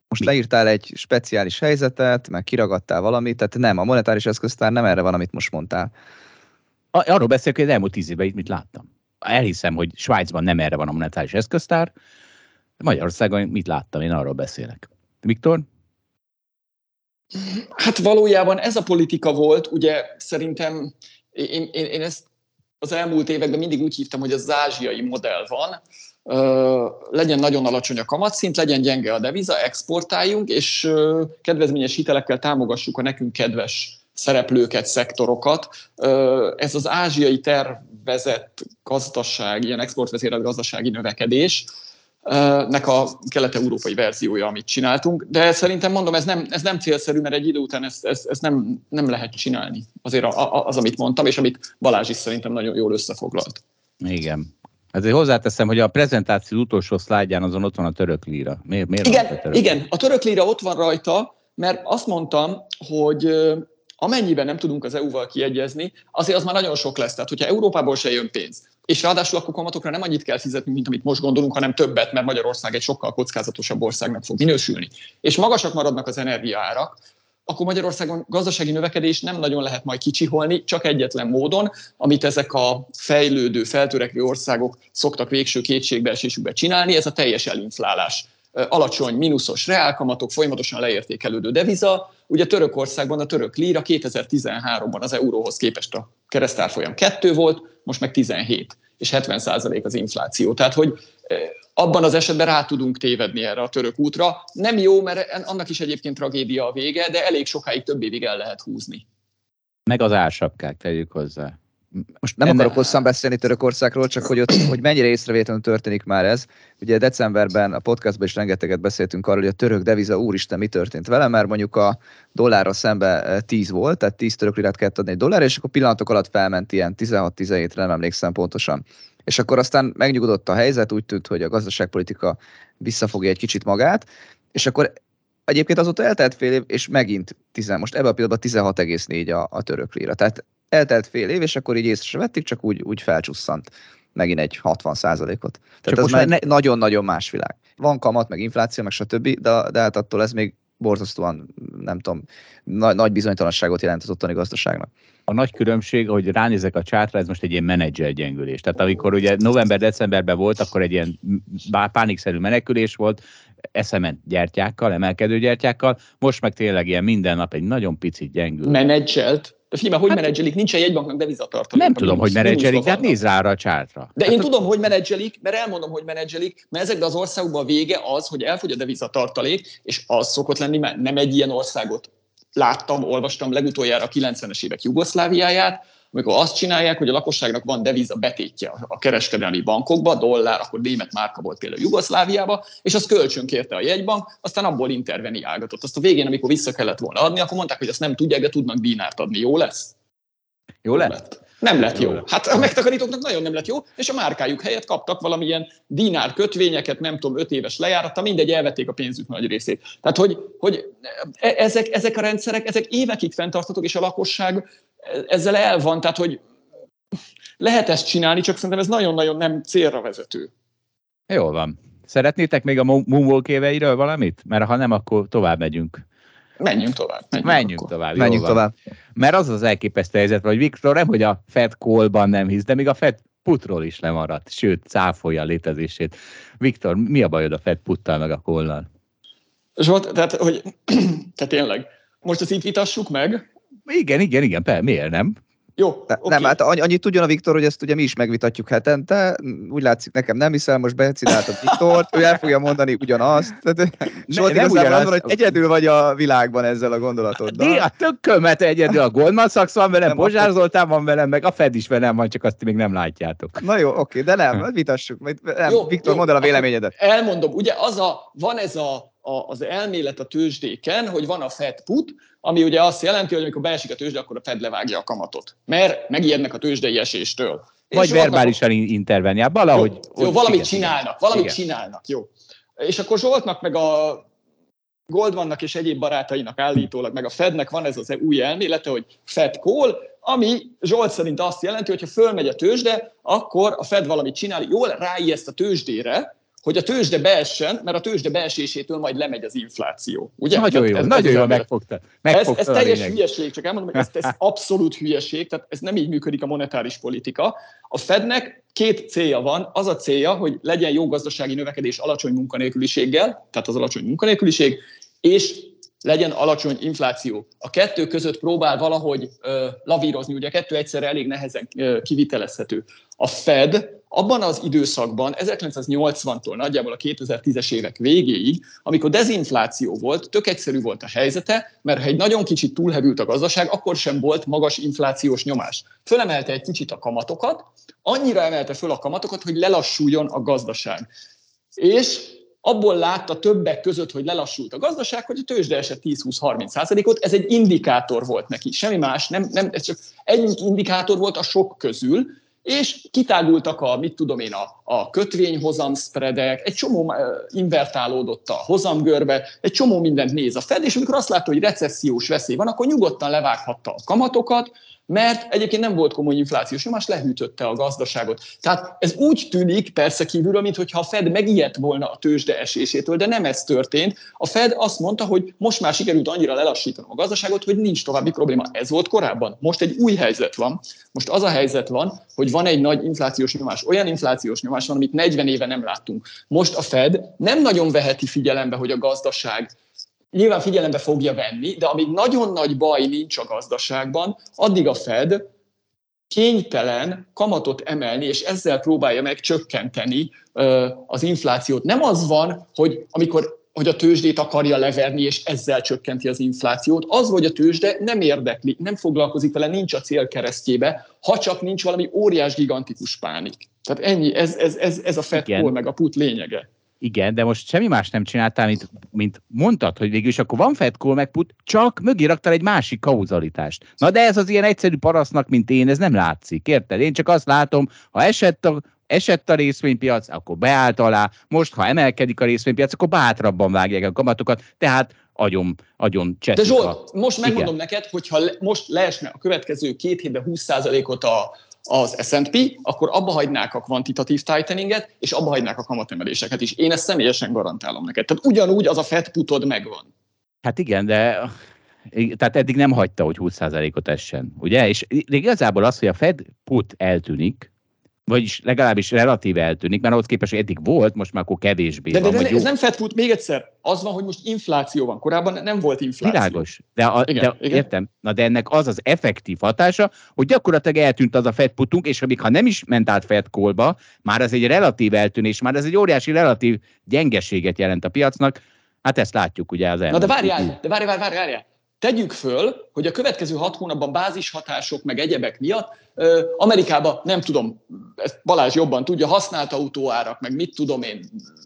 Most leírtál egy speciális helyzetet, meg kiragadtál valamit, tehát nem, a monetáris eszköztár nem erre van, amit most mondtál. Arról beszélek, hogy az elmúlt 10 évben itt mit láttam. Elhiszem, hogy Svájcban nem erre van a monetáris eszköztár, de Magyarországon mit láttam, én arról beszélek. Viktor? Hát valójában ez a politika volt, ugye szerintem én ezt az elmúlt években mindig úgy hívtam, hogy az ázsiai modell van, legyen nagyon alacsony a kamatszint, legyen gyenge a deviza, exportáljunk, és kedvezményes hitelekkel támogassuk a nekünk kedves szereplőket, szektorokat. Ez az ázsiai tervezett gazdaság, ilyen exportvezérelt gazdasági növekedés, nek a kelet-európai verziója, amit csináltunk, de szerintem mondom, ez nem célszerű, mert egy idő után ezt nem lehet csinálni. Azért az, amit mondtam, és amit Balázs is szerintem nagyon jól összefoglalt. Igen. Azért hozzáteszem, hogy a prezentáció utolsó szlájdján azon ott van a török líra. Miért igen, a török líra ott van rajta, mert azt mondtam, hogy amennyiben nem tudunk az EU-val kiegyezni, azért az már nagyon sok lesz. Tehát, hogyha Európából se jön pénz, és ráadásul akkor kamatokra nem annyit kell fizetni, mint amit most gondolunk, hanem többet, mert Magyarország egy sokkal kockázatosabb országnak fog minősülni. És magasak maradnak az energiaárak, akkor Magyarországon gazdasági növekedés nem nagyon lehet majd kicsiholni, csak egyetlen módon, amit ezek a fejlődő, feltörekvő országok szoktak végső kétségbeesésükbe csinálni, ez a teljes elinflálás. Alacsony, mínuszos reálkamatok, folyamatosan leértékelődő deviza. Ugye Törökországban a török líra 2013-ban az euróhoz képest a keresztárfolyam 2 volt, most meg 17, és 70% az infláció. Tehát, hogy abban az esetben rá tudunk tévedni erre a török útra. Nem jó, mert annak is egyébként tragédia a vége, de elég sokáig, több évig el lehet húzni. Meg az ársapkák, tegyük hozzá. Most nem akarok hosszan beszélni Törökországról, csak hogy mennyire észrevétlenül történik már ez. Ugye decemberben a podcastban is rengeteget beszéltünk arról, hogy a török deviza, úristen, mi történt vele, mert mondjuk a dollárra szembe 10 volt, tehát 10 török lirát kellett adni egy dollárra, és akkor pillanatok alatt felment ilyen 16-17-re, nem emlékszem pontosan. És akkor aztán megnyugodott a helyzet, úgy tűnt, hogy a gazdaságpolitika visszafogja egy kicsit magát, és akkor egyébként azóta eltelt fél év, és megint most ebben a pillanatban 16,4 a török lira. Tehát eltelt fél év, és akkor így észre se vették, csak úgy felcsusszant megint egy 60%-ot. Tehát az már nagyon-nagyon más világ. Van kamat, meg infláció, meg stb., de hát attól ez még borzasztóan, nem tudom, nagy bizonytalanságot jelent az ottani gazdaságnak. A nagy különbség, hogy ránézek a csártra, ez most egy ilyen menedzser gyengülés. Tehát amikor ugye november-decemberben volt, akkor egy ilyen pánikszerű menekülés volt, eszement gyertyákkal, emelkedő gyertyákkal, most meg tényleg ilyen minden nap egy nagyon picit gyengül. Menedzselt? De figyelj, hogy menedzselik? Nincs egy jegybanknak devizatartalék. Nem tudom, hogy menedzselik, de hát nézd rá arra a csártra. De én tudom, hogy menedzselik, mert elmondom, hogy menedzselik, mert ezekben az országokban a vége az, hogy elfogy a devizatartalék, és az szokott lenni, mert nem egy ilyen országot láttam, olvastam legutoljára a 90-es évek Jugoszláviáját, amikor azt csinálják, hogy a lakosságnak van deviza betétje a kereskedelmi bankokba, dollár, akkor német márka volt például Jugoszláviába, és azt kölcsönkérte a jegybank, aztán abból interveniálgatott. Azt a végén, amikor vissza kellett volna adni, akkor mondták, hogy azt nem tudják, de tudnak dinárt adni. Jó lesz? Jó lett? Nem lett jó. Hát a megtakarítóknak nagyon nem lett jó, és a márkájuk helyett kaptak valamilyen dinár kötvényeket, nem tudom, 5 éves lejárattal, mindegy, elvették a pénzük nagy részét. Tehát, hogy ezek a rendszerek, ezek évekig fenntarthatók, és a lakosság ezzel el van, tehát, hogy lehet ezt csinálni, csak szerintem ez nagyon-nagyon nem célra vezető. Jól van. Szeretnétek még a Moonwalk éveiről valamit? Mert ha nem, akkor tovább megyünk. Menjünk tovább. Menjünk tovább. Mert az elképesztő helyzet, hogy Viktor nem, hogy a Fed call-ban nem hisz, de még a Fed putról is lemaradt, sőt, cáfolja a létezését. Viktor, mi a bajod a Fed puttal meg a call-nal? Zsolt, tehát tényleg, most ezt itt vitassuk meg? Igen, miért nem? Jó, okay. Nem, hát annyit tudjon a Viktor, hogy ezt ugye mi is megvitatjuk hetente, úgy látszik, nekem nem hiszel, most becináltad Viktort, ő el fogja mondani ugyanazt. Zsolt, igazából az van, hogy egyedül vagy a világban ezzel a gondolatoddal. De a tökömet egyedül a Goldman Sachs van velem, Bozsár Zoltán van velem, meg a Fed is velem van, csak azt még nem látjátok. Na jó, oké, de nem, vitassuk. Viktor, mondd el a véleményedet. Elmondom, ugye van ez az elmélet a tőzsdéken, hogy van a Fed put, ami ugye azt jelenti, hogy amikor beesik a tőzsde, akkor a Fed levágja a kamatot. Mert megijednek a tőzsdei eséstől. Vagy verbálisan interveniál, valahogy. Jó, valamit csinálnak, jó. És akkor Zsoltnak meg a Goldmannak és egyéb barátainak állítólag, meg a Fednek van ez az új elmélete, hogy Fed call, ami Zsolt szerint azt jelenti, hogy ha fölmegy a tőzsde, akkor a Fed valamit csinál, jól ráijeszt a tőzsdére, hogy a tőzsde beessen, mert a tőzsde beesésétől majd lemegy az infláció. Ugye? Nagyon jó megfogtad. Ez teljes hülyeség, csak elmondom, hogy ez abszolút hülyeség, tehát ez nem így működik a monetáris politika. A Fednek 2 célja van. Az a célja, hogy legyen jó gazdasági növekedés alacsony munkanélküliséggel, tehát az alacsony munkanélküliség, és legyen alacsony infláció. A 2 között próbál valahogy lavírozni, ugye a 2 egyszerre elég nehezen kivitelezhető. A Fed abban az időszakban, 1980-tól nagyjából a 2010-es évek végéig, amikor dezinfláció volt, tök egyszerű volt a helyzete, mert ha egy nagyon kicsit túlhevült a gazdaság, akkor sem volt magas inflációs nyomás. Fölemelte egy kicsit a kamatokat, annyira emelte föl a kamatokat, hogy lelassuljon a gazdaság. És abból látta többek között, hogy lelassult a gazdaság, hogy a tőzsde esett 10-20-30%-ot, ez egy indikátor volt neki, semmi más, nem, ez csak egy indikátor volt a sok közül, és kitágultak a kötvényhozam spreadek, egy csomó invertálódott a hozamgörbe, egy csomó mindent néz a Fed, és amikor azt látta, hogy recessziós veszély van, akkor nyugodtan levághatta a kamatokat, mert egyébként nem volt komoly inflációs nyomás, lehűtötte a gazdaságot. Tehát ez úgy tűnik persze kívülről, mintha a Fed megijedt volna a tőzsde esésétől, de nem ez történt. A Fed azt mondta, hogy most már sikerült annyira lelassítanom a gazdaságot, hogy nincs további probléma. Ez volt korábban. Most egy új helyzet van. Most az a helyzet van, hogy van egy nagy inflációs nyomás. Olyan inflációs nyomás van, amit 40 éve nem láttunk. Most a Fed nem nagyon veheti figyelembe, hogy a gazdaság nyilván figyelembe fogja venni, de amíg nagyon nagy baj nincs a gazdaságban, addig a Fed kénytelen kamatot emelni, és ezzel próbálja meg csökkenteni az inflációt. Nem az van, hogy a tőzsdét akarja leverni, és ezzel csökkenti az inflációt. Az, hogy a tőzsde nem érdekli, nem foglalkozik vele, nincs a célkeresztjébe, ha csak nincs valami óriás, gigantikus pánik. Tehát ennyi, ez a Fed call meg a put lényege. Igen, de most semmi más nem csináltál, mint mondtad, hogy végül is akkor van Fed call meg put, csak mögé raktál egy másik kauzalitást. Na de ez az ilyen egyszerű parasztnak, mint én, ez nem látszik, érted? Én csak azt látom, ha esett a részvénypiac, akkor beállt alá, most ha emelkedik a részvénypiac, akkor bátrabban vágják a kamatokat, tehát agyon cseszik. De Zsolt, most megmondom neked, hogyha most leesne a következő 2 hétben 20%-ot az S&P, akkor abba hagynák a kvantitatív tighteninget, és abba hagynák a kamatemeléseket is. Én ezt személyesen garantálom neked. Tehát ugyanúgy az a Fed putod megvan. Hát igen, de tehát eddig nem hagyta, hogy 20%-ot essen, ugye? És igazából az, hogy a Fed put eltűnik, vagyis legalábbis relatíve eltűnik, mert ahhoz képest, hogy eddig volt, most már akkor kevésbé van. De ez nem Fed put, még egyszer, az van, hogy most infláció van. Korábban nem volt infláció. Világos. Igen. Értem. Na de ennek az az effektív hatása, hogy gyakorlatilag eltűnt az a Fed putunk, és még ha nem is ment át Fed callba, már ez egy relatív eltűnés, már ez egy óriási relatív gyengeséget jelent a piacnak. Hát ezt látjuk ugye az elmúlt. Na de várjál. Tegyük föl, hogy a következő 6 hónapban bázishatások meg egyebek miatt Amerikában, nem tudom, ezt Balázs jobban tudja, használt autóárak, meg mit tudom én,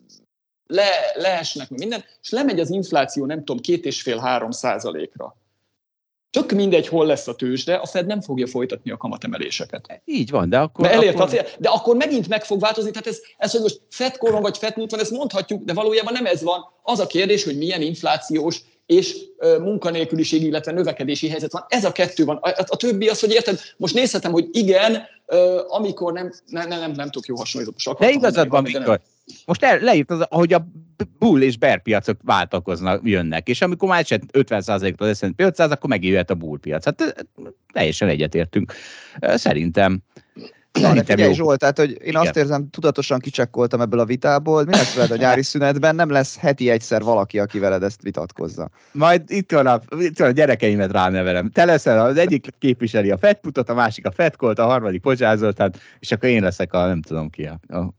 leesnek, meg minden, és lemegy az infláció, nem tudom, 2,5-3%-ra. Tök mindegy, hol lesz a tőzsde, a Fed nem fogja folytatni a kamatemeléseket. Így van, de akkor... De akkor megint meg fog változni, tehát ez hogy most Fed call vagy Fed put van, ezt mondhatjuk, de valójában nem ez van. Az a kérdés, hogy milyen inflációs és munkanélküliség, illetve növekedési helyzet van. Ez a 2 van. A többi az, hogy érted, most nézhetem, hogy igen, amikor nem tudok jó hasonlítót. De igazad van, Viktor. Most leírt az, ahogy a bull és bear piacok váltakoznak, jönnek, és amikor már esett 50%-ot az S&P 500, akkor megjöhet a bull piac. Hát teljesen egyetértünk. Szerintem figyelj, Zsolt, tehát, hogy én azt érzem, tudatosan kicsekkoltam ebből a vitából, mi lesz veled a nyári szünetben, nem lesz heti egyszer valaki, aki veled ezt vitatkozza. Majd itt van a gyerekeimet ránevelem. Te leszel, az egyik képviseli a Fed putot, a másik a Fed callt, a harmadik Pozsár Zoltán, és akkor én leszek a nem tudom ki, a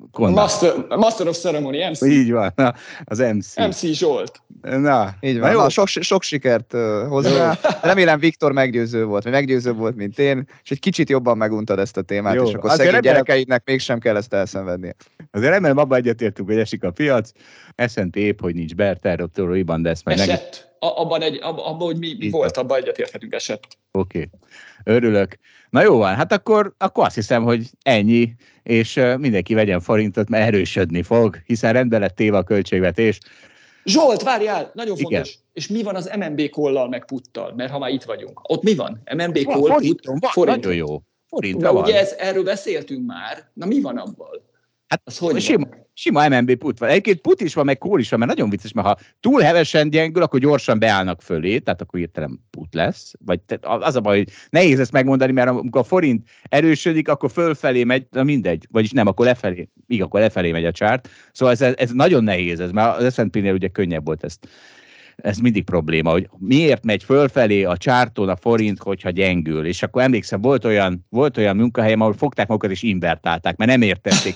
Master of Ceremony, MC. Így van, az MC. MC Zsolt. Na, így van. Na, sok sikert hozzá. Remélem Viktor meggyőző volt, vagy meggyőzőbb volt, mint én, és egy kicsit jobban meguntad ezt a témát, jó, és akkor szegény gyerekeidnek mégsem kell ezt elszenvednie. Azért remélem, abban egyetértünk, hogy esik a piac, S&P épp, hogy nincs Berter-Rotoriban, de ezt majd esett. Abban, hogy mi volt, abban egyetérthetünk, esett. Oké. Örülök. Na jó van, hát akkor azt hiszem, hogy ennyi, és mindenki vegyen forintot, mert erősödni fog, hiszen rendben lett téve a költségvetés. Zsolt, várjál, nagyon fontos. Igen. És mi van az MNB call-lal meg puttal? Mert ha már itt vagyunk. Ott mi van? MNB call, put, nagyon jó. De ugye erről beszéltünk már. Na mi van abban? Hát sima MNB put van. Egyébként put is van, meg call is van, mert nagyon vicces, mert ha túl hevesen gyengül, akkor gyorsan beállnak fölé, tehát akkor hirtelen put lesz. Vagy az a baj, hogy nehéz ezt megmondani, mert amikor a forint erősödik, akkor fölfelé megy, na mindegy, vagyis nem, akkor lefelé, akkor lefelé megy a csárt. Szóval ez nagyon nehéz, mert az S&P-nél ugye könnyebb volt ezt. Ez mindig probléma, hogy miért megy fölfelé a csárton a forint, hogyha gyengül. És akkor emlékszem, volt olyan munkahelyem, ahol fogták magukat és invertálták, mert nem értették,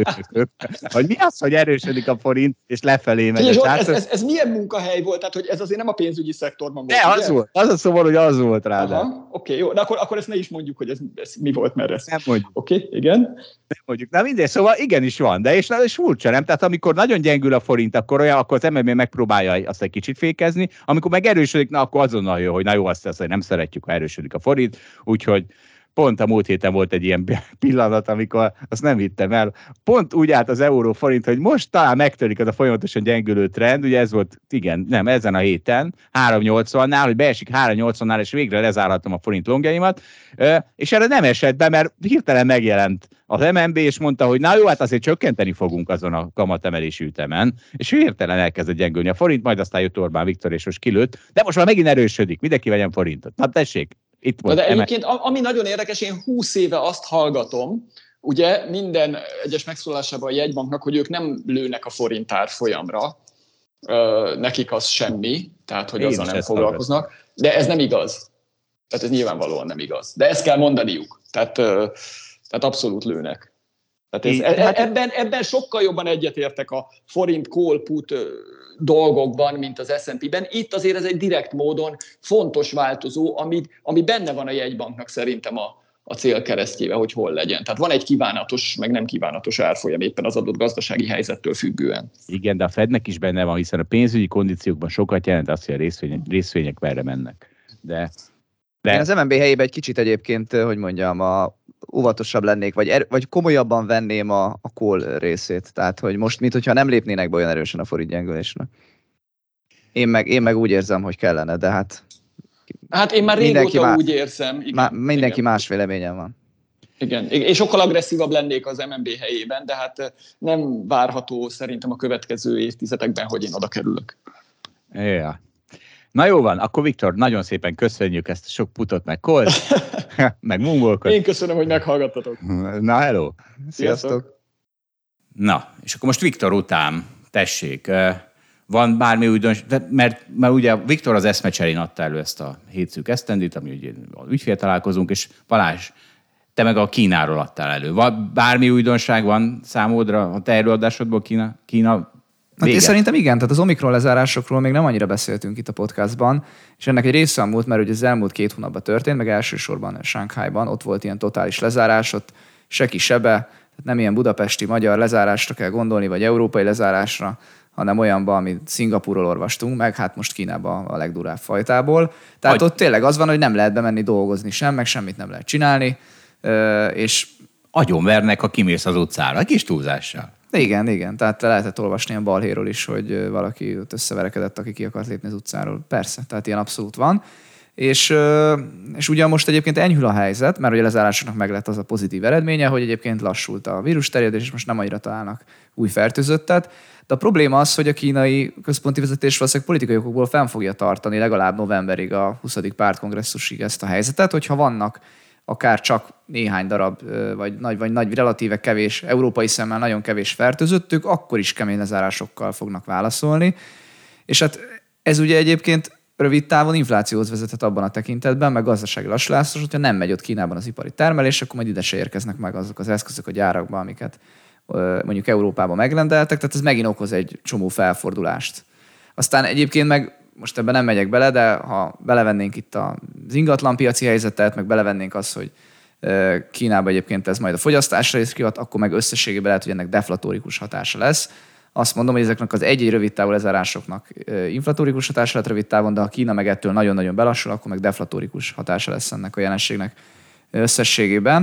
hogy mi az, hogy erősödik a forint, és lefelé megy a csárton. Ez milyen munkahely volt? Tehát, hogy ez azért nem a pénzügyi szektorban volt. De az volt. Az a szó, hogy az volt rá. Oké, jó. De akkor ezt ne is mondjuk, hogy ez mi volt, mert ez... Nem mondjuk. Oké, igen. Nem mondjuk. Na mindegy, szóval igenis van, de és furcsa, nem? Tehát amikor nagyon gyengül a forint, akkor az MNB megpróbálja azt egy kicsit fékezni, amikor meg erősödik, na akkor azonnal jön, hogy na jó, azt nem szeretjük, ha erősödik a forint, úgyhogy pont a múlt héten volt egy ilyen pillanat, amikor azt nem hittem el. Pont úgy állt az euró-forint, hogy most talán megtörik az a folyamatosan gyengülő trend, ugye ez volt, ezen a héten, 3.80-nál, hogy beesik 3.80-nál, és végre lezárhattam a forint longjaimat, és erre nem esett be, mert hirtelen megjelent az MNB, és mondta, hogy na jó, hát azért csökkenteni fogunk azon a kamatemelési ütemen, és hirtelen elkezdett gyengülni a forint, majd aztán jött Orbán Viktor, és most kilőtt, de most már megint erősödik, mindenki vegyen forintot. Na tessék! De egyébként, ami nagyon érdekes, én 20 éve azt hallgatom, ugye minden egyes megszólásában a jegybanknak, hogy ők nem lőnek a forint árfolyamra, nekik az semmi, tehát hogy azzal nem foglalkoznak, de ez nem igaz. Tehát ez nyilvánvalóan nem igaz. De ezt kell mondaniuk. Tehát abszolút lőnek. Tehát ebben sokkal jobban egyetértek a forint call put dolgokban, mint az S&P-ben. Itt azért ez egy direkt módon fontos változó, ami benne van a jegybanknak szerintem a célkeresztjébe, hogy hol legyen. Tehát van egy kívánatos, meg nem kívánatos árfolyam éppen az adott gazdasági helyzettől függően. Igen, de a Fednek is benne van, hiszen a pénzügyi kondíciókban sokat jelent az, hogy a részvények merre mennek. De az MNB helyében egy kicsit egyébként, hogy mondjam, óvatosabb lennék, vagy komolyabban venném a call részét. Tehát, hogy most, mintha nem lépnének be olyan erősen a forint gyengülésre. Én meg úgy érzem, hogy kellene, de hát én már régóta úgy érzem. Mindenki más véleményen van. Igen, és sokkal agresszívabb lennék az MNB helyében, de hát nem várható szerintem a következő évtizedekben, hogy én oda kerülök. Ja. Na jó van, akkor Viktor, nagyon szépen köszönjük ezt a sok putot, meg kolt, meg mungolkot. Én köszönöm, hogy meghallgattatok. Na, hello. Sziasztok. Na, és akkor most Viktor után, tessék, van bármi újdonság, mert ugye Viktor az eszmecserén adta elő ezt a hétszűk esztendit, ami ugye ügyfél találkozunk, és Balázs, te meg a Kínáról adtál elő. Bármi újdonság van számodra a te előadásodból Kína Hát én szerintem igen, tehát az Omikron lezárásokról még nem annyira beszéltünk itt a podcastban, és ennek egy része a múlt, mert ugye az elmúlt 2 hónapban történt, meg elsősorban Shanghaiban, ott volt ilyen totális lezárás, ott se ki sebe, tehát nem ilyen budapesti magyar lezárásra kell gondolni, vagy európai lezárásra, hanem olyanban, amit Szingapúrról olvastunk, meg hát most Kínában a legdurább fajtából. Tehát ott tényleg az van, hogy nem lehet bemenni dolgozni sem, meg semmit nem lehet csinálni, és agyonvernek, ha kimész az utcára, egy kis túlzással. Igen. Tehát lehetett olvasni a balhéról is, hogy valaki ott összeverekedett, aki ki akart lépni az utcáról. Persze, tehát ilyen abszolút van. És ugyan most egyébként enyhül a helyzet, mert ugye a lezárásoknak meg lett az a pozitív eredménye, hogy egyébként lassult a vírusterjedés, és most nem annyira találnak új fertőzöttet. De a probléma az, hogy a kínai központi vezetés valószínűleg politikai okokból fenn fogja tartani legalább novemberig, a 20. pártkongresszusig ezt a helyzetet, hogyha vannak akár csak néhány darab, vagy nagy relatíve kevés, európai szemmel nagyon kevés fertőzöttük, akkor is kemény lezárásokkal fognak válaszolni. És hát ez ugye egyébként rövid távon inflációhoz vezethet abban a tekintetben, meg gazdasági lassuláshoz, hogyha nem megy ott Kínában az ipari termelés, akkor majd ide se érkeznek meg azok az eszközök a gyárakba, amiket mondjuk Európában megrendeltek, tehát ez megint okoz egy csomó felfordulást. Aztán egyébként meg most ebben nem megyek bele, de ha belevennénk itt az ingatlanpiaci helyzetet, meg belevennénk azt, hogy Kínában egyébként ez majd a fogyasztásra is kihat, akkor meg összességében lehet, hogy ennek deflatórikus hatása lesz. Azt mondom, hogy ezeknek az egy-egy rövid távú lezárásoknak inflatórikus hatása lehet rövid távon, de ha Kína meg ettől nagyon-nagyon belassul, akkor meg deflatórikus hatása lesz ennek a jelenségnek összességében.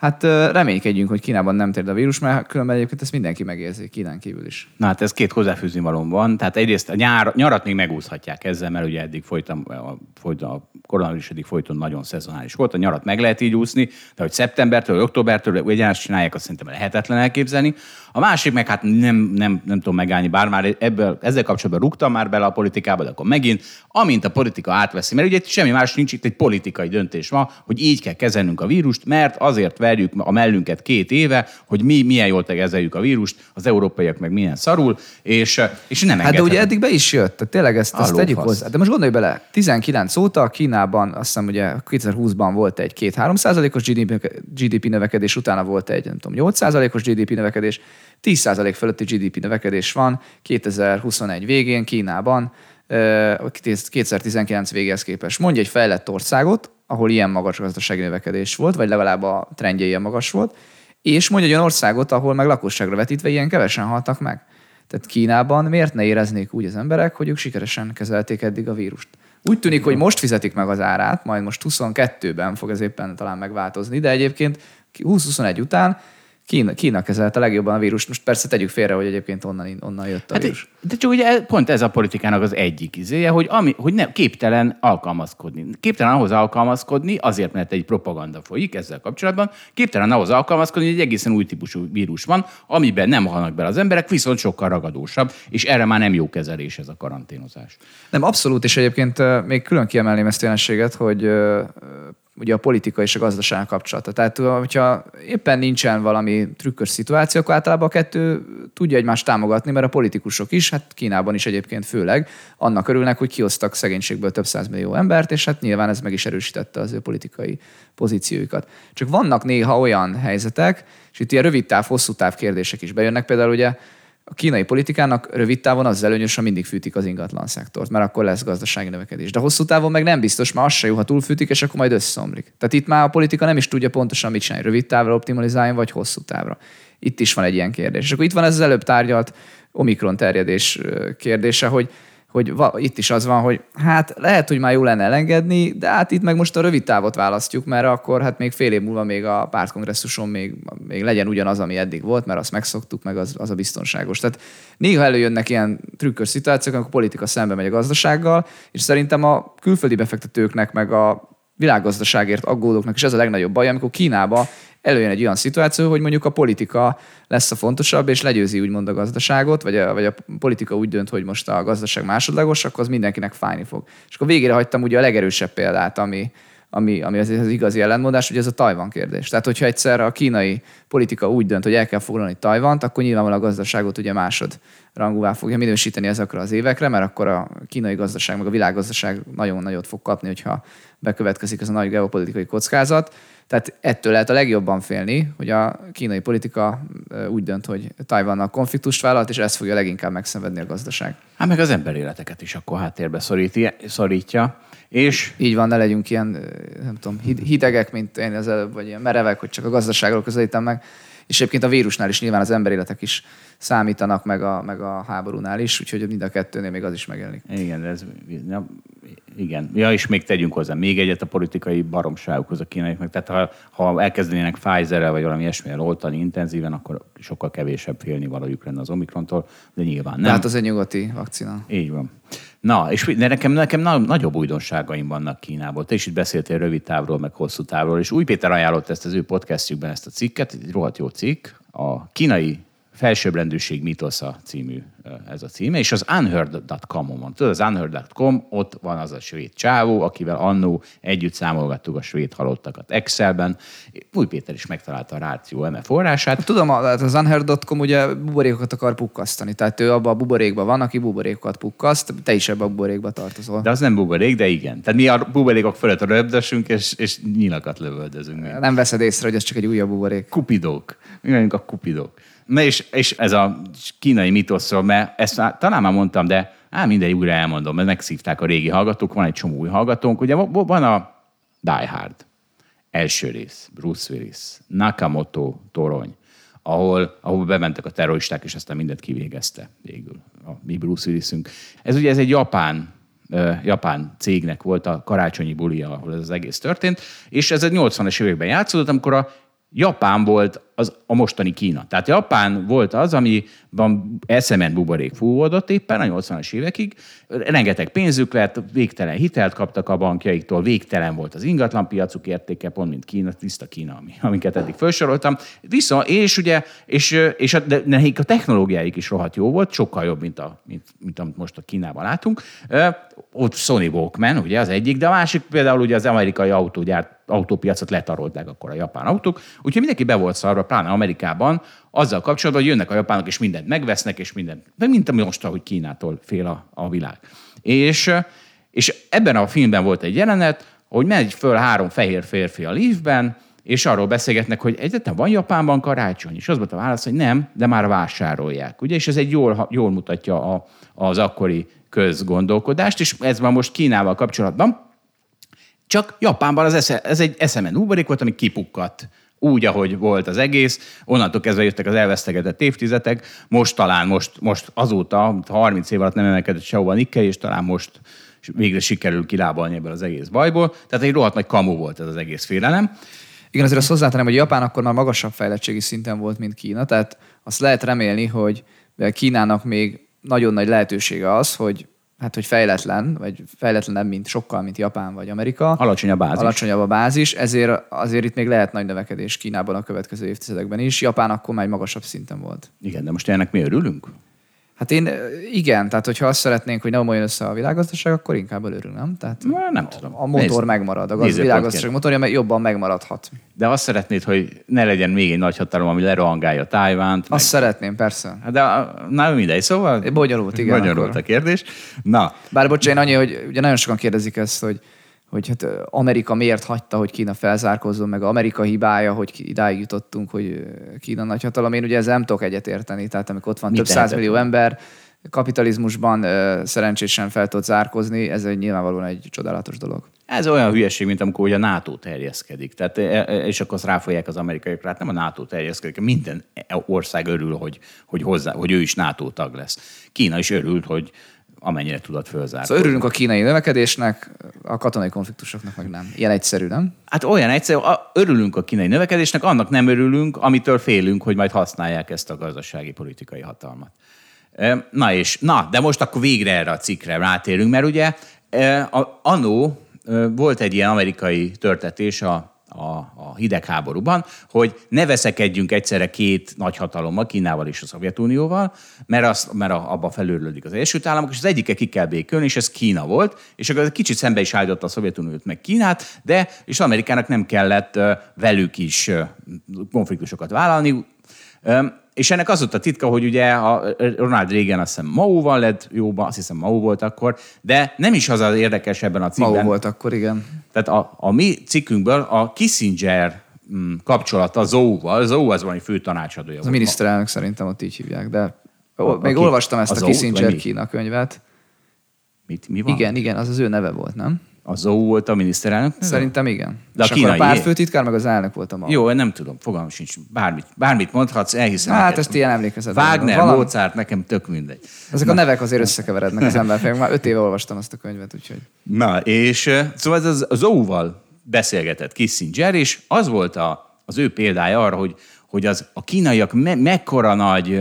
Hát reménykedjünk, hogy Kínában nem tér a vírus, mert különben egyébként ezt mindenki megérzi, Kínán kívül is. Na hát ez két hozzáfűzni valóm van. Tehát egyrészt a nyarat még megúszhatják ezzel, mert ugye eddig a koronavírus eddig folyton nagyon szezonális volt. A nyarat meg lehet így úszni, de hogy szeptembertől, októbertől egyenes csinálják, azt szerintem lehetetlen elképzelni. A másik meg hát nem tudom megállni, bár már ezzel kapcsolatban rúgtam már bele a politikába, de akkor megint, amint a politika átveszi, mert ugye semmi más nincs, itt egy politikai döntés van, hogy így kell kezelnünk a vírust, mert azért verjük a mellünket 2 éve, hogy mi milyen jól kezeljük a vírust, az európaiak meg milyen szarul, és nem engedhetünk. Hát de ugye eddig be is jött, tehát tényleg ezt tegyük hozzá. De most gondolj bele, 19 óta Kínában, azt hiszem ugye 2020-ban volt egy 2-3%-os GDP növekedés, utána volt egy, nem tudom, 8%-os GDP növekedés, 10% fölötti GDP növekedés van 2021 végén Kínában, 2019 végéhez képest. Mondj egy fejlett országot, ahol ilyen magas gazdasági növekedés volt, vagy legalább a trendje ilyen magas volt, és mondj egy olyan országot, ahol meg lakosságra vetítve ilyen kevesen haltak meg. Tehát Kínában miért ne éreznék úgy az emberek, hogy ők sikeresen kezelték eddig a vírust? Úgy tűnik, hogy most fizetik meg az árát, majd most 22-ben fog ez éppen talán megváltozni, de egyébként 20-21 után Kína kezelte legjobban a vírust. Most persze tegyük félre, hogy egyébként onnan jött a vírus. De csak ugye pont ez a politikának az egyik izéje, hogy nem képtelen alkalmazkodni. Képtelen ahhoz alkalmazkodni, azért, mert egy propaganda folyik ezzel kapcsolatban, képtelen ahhoz alkalmazkodni, hogy egy egészen új típusú vírus van, amiben nem halnak bele az emberek, viszont sokkal ragadósabb, és erre már nem jó kezelés ez a karanténozás. Nem, abszolút, és egyébként még külön kiemelném ezt a jelenséget, hogy ugye a politika és a gazdaság kapcsolata. Tehát, hogyha éppen nincsen valami trükkös szituáció, akkor általában a kettő tudja egymást támogatni, mert a politikusok is, hát Kínában is egyébként főleg, annak örülnek, hogy kiosztak szegénységből több 100 millió embert, és hát nyilván ez meg is erősítette az ő politikai pozícióikat. Csak vannak néha olyan helyzetek, és itt ilyen rövid táv, hosszú táv kérdések is bejönnek, például ugye a kínai politikának rövid távon az előnyös, ha mindig fűtik az ingatlan szektort, mert akkor lesz gazdasági növekedés. De hosszú távon meg nem biztos, mert az se jó, ha túlfűtik, és akkor majd összeomlik. Tehát itt már a politika nem is tudja pontosan mit csinálni, rövid távra optimalizáljon, vagy hosszú távra. Itt is van egy ilyen kérdés. És akkor itt van ez az előbb tárgyalt Omikron terjedés kérdése, hogy itt is az van, hogy hát lehet, hogy már jó lenne elengedni, de hát itt meg most a rövid távot választjuk, mert akkor hát még fél év múlva még a pártkongresszuson még legyen ugyanaz, ami eddig volt, mert azt megszoktuk, meg az a biztonságos. Tehát néha előjönnek ilyen trükkös szituációk, amikor a politika szembe megy a gazdasággal, és szerintem a külföldi befektetőknek, meg a világgazdaságért aggódóknak is ez a legnagyobb baj, amikor Kínába előjön egy olyan szituáció, hogy mondjuk a politika lesz a fontosabb, és legyőzi úgymond a gazdaságot, vagy a politika úgy dönt, hogy most a gazdaság másodlagos, akkor az mindenkinek fájni fog. És akkor végére hagytam ugye a legerősebb példát, ami az igazi ellentmondás, hogy ez a Tajvan kérdés. Tehát, hogyha egyszer a kínai politika úgy dönt, hogy el kell foglalni Tajvant, akkor nyilvánvalóan a gazdaságot ugye másodrangúvá fogja minősíteni ezekre az évekre, mert akkor a kínai gazdaság, meg a világgazdaság nagyon nagyot fog kapni, hogyha bekövetkezik ez a nagy geopolitikai kockázat. Tehát ettől lehet a legjobban félni, hogy a kínai politika úgy dönt, hogy Tajvannal konfliktust vállalt, és ezt fogja leginkább megszenvedni a gazdaság. Hát meg az emberéleteket is akkor háttérbe szorítja. És így van, ne legyünk ilyen, nem tudom, hidegek, mint én az előbb, vagy ilyen merevek, hogy csak a gazdaságról közelítem meg. És egyébként a vírusnál is nyilván az emberéletek is számítanak, meg a háborúnál is, úgyhogy mind a kettőnél még az is megjelenik. Igen. Ja, és még tegyünk hozzá még egyet a politikai baromságukhoz a kínaiaknak. Tehát ha elkezdenének Pfizerrel vagy valami ilyesmivel oltani intenzíven, akkor sokkal kevésebb félnivalójuk lenne az Omikrontól, de nyilván nem. De hát az egy nyugati vakcina. Így van. Na, és de nekem nagyobb újdonságaim vannak Kínából. Te is itt beszéltél rövid távról, meg hosszú távról, és Új Péter ajánlott ezt az ő podcastjükben ezt a cikket, egy rohadt jó cikk, a kínai felsőbbrendűség mitosza című ez a címe, és az unheard.com-on van. Tudod, az unheard.com, ott van az a svéd csávó, akivel annó együtt számolgattuk a svéd halottakat Excelben. Új Péter is megtalálta a Ráció eme forrását. Tudom, az unheard.com ugye buborékokat akar pukkasztani, tehát ő abban a buborékban van, aki buborékokat pukkaszt, te is ebben a buborékba tartozol. De az nem buborék, de igen. Tehát mi a buborékok fölött röpdösünk, és nyilakat lövöldözünk. Nem veszed észre, hogy ez csak egy újabb buborék. Kupidók. Mi vagyunk a kupidók. Na és ez a kínai mitoszról, mert ezt talán már mondtam, de mindegy, újra elmondom, mert megszívták a régi hallgatók, van egy csomó új hallgatónk. Ugye van a Die Hard, első rész, Bruce Willis, Nakamoto torony, ahol bementek a terroristák, és aztán mindent kivégezte végül a mi Bruce Willisünk. Ez ugye egy japán cégnek volt a karácsonyi bulia, ahol ez az egész történt, és ez egy 80-as években játszódott, amikor a Japán volt a mostani Kína. Tehát Japán volt az, amiben eszement buborék fúvódott éppen a 80-as évekig. Rengeteg pénzük lett, végtelen hitelt kaptak a bankjaiktól, végtelen volt az ingatlanpiacuk értéke, pont mint Kína, tiszta Kína, amiket eddig felsoroltam. De nekik a technológiáik is rohadt jó volt, sokkal jobb, mint amit most a Kínában látunk. Ott Sony Walkman, ugye az egyik, de a másik például ugye az amerikai autópiacot letarolták akkor a japán autók. Úgyhogy mindenki be volt szarva, pláne Amerikában, azzal kapcsolatban, hogy jönnek a japánok, és mindent megvesznek, és mindent, mint most, ahogy Kínától fél a világ. És ebben a filmben volt egy jelenet, hogy megy föl 3 fehér férfi a liftben, és arról beszélgetnek, hogy egyáltalán van Japánban karácsony, és az volt a válasz, hogy nem, de már vásárolják. Ugye? És ez egy jól mutatja az akkori közgondolkodást, és ez van most Kínával kapcsolatban. Csak Japánban ez egy eszemen buborék volt, ami kipukkadt úgy, ahogy volt az egész. Onnantól kezdve jöttek az elvesztegetett évtizedek. Most azóta, 30 év alatt nem emelkedett sehova Nikkei, és talán most végre sikerül kilábalni ebből az egész bajból. Tehát egy rohadt nagy kamu volt ez az egész félelem. Igen, azért azt hozzátenném, hogy Japán akkor már magasabb fejlettségi szinten volt, mint Kína, tehát azt lehet remélni, hogy Kínának még nagyon nagy lehetősége az, hogy fejletlen, vagy fejletlenebb, mint Japán vagy Amerika. Alacsonyabb a bázis, ezért azért itt még lehet nagy növekedés Kínában a következő évtizedekben is. Japán akkor már egy magasabb szinten volt. Igen, de most ennek mi örülünk? Hát igen, tehát hogyha azt szeretnénk, hogy ne omoljon össze a világgazdaság, akkor inkább örülünk, nem? Tehát nem tudom. A motor megmarad, a világgazdaság motorja jobban megmaradhat. De azt szeretnéd, hogy ne legyen még egy nagy hatalom, ami lerohangálja Tájvánt. Azt szeretném, persze. De mindegy, szóval... Bonyolult, igen. Bonyolult a kérdés. Na. Bár bocsánat, annyi, hogy ugye nagyon sokan kérdezik ezt, hogy hát Amerika miért hagyta, hogy Kína felzárkózzon, meg Amerika hibája, hogy idáig jutottunk, hogy Kína nagyhatalom. Én ugye ezzel nem tudok egyetérteni, tehát amikor ott van több 100 millió ember, kapitalizmusban szerencsésen fel tud zárkózni, ez nyilvánvalóan egy csodálatos dolog. Ez olyan hülyeség, mint amikor ugye a NATO terjeszkedik. Tehát, és akkor azt ráfolják az amerikaiak rá, nem a NATO terjeszkedik, minden ország örül, hogy ő is NATO tag lesz. Kína is örült, hogy amennyire tudod fölzárkózni. Szóval örülünk a kínai növekedésnek, a katonai konfliktusoknak meg nem. Ilyen egyszerű, nem? Hát olyan egyszerű, örülünk a kínai növekedésnek, annak nem örülünk, amitől félünk, hogy majd használják ezt a gazdasági politikai hatalmat. De most akkor végre erre a cikkre rátérünk, mert ugye annó volt egy ilyen amerikai törtetés a hidegháborúban, hogy ne veszekedjünk egyszerre 2 nagyhatalommal, Kínával és a Szovjetunióval, mert abban felőrlődik az Egyesült Államok, és az egyike ki kell békölni, és ez Kína volt, és akkor kicsit szembe is állította a Szovjetuniót meg Kínát, és Amerikának nem kellett velük is konfliktusokat vállalni. És ennek az volt a titka, hogy ugye a Ronald Reagan azt hiszem Mauval lett jóban, azt hiszem Mao volt akkor, de nem is az az érdekes ebben a cikkben. Mao volt akkor, igen. Tehát a mi cikkünkből a Kissinger kapcsolata a Zhou-val, Zhou az valami fő tanácsadója. Az a miniszterelnök szerintem ott így hívják, de még olvastam ezt a Kissinger Kína könyvet. Mi van? Igen, az ő neve volt, nem? A Zhou volt a miniszterelnök? Szerintem igen. De és akkor a pártfőtitkár meg az elnök volt a Mao. Jó, nem tudom, fogalmam sincs. Bármit mondhatsz, elhiszem. Hát ezt ilyen emlékezetben. Wagner, Mozart, nekem tök mindegy. Ezek a nevek azért összekeverednek az emberfejek. Már 5 éve olvastam azt a könyvet, úgyhogy. Na, és szóval ez az Zhou-val beszélgetett Kissinger, és az volt az ő példája arra, hogy a kínaiak mekkora nagy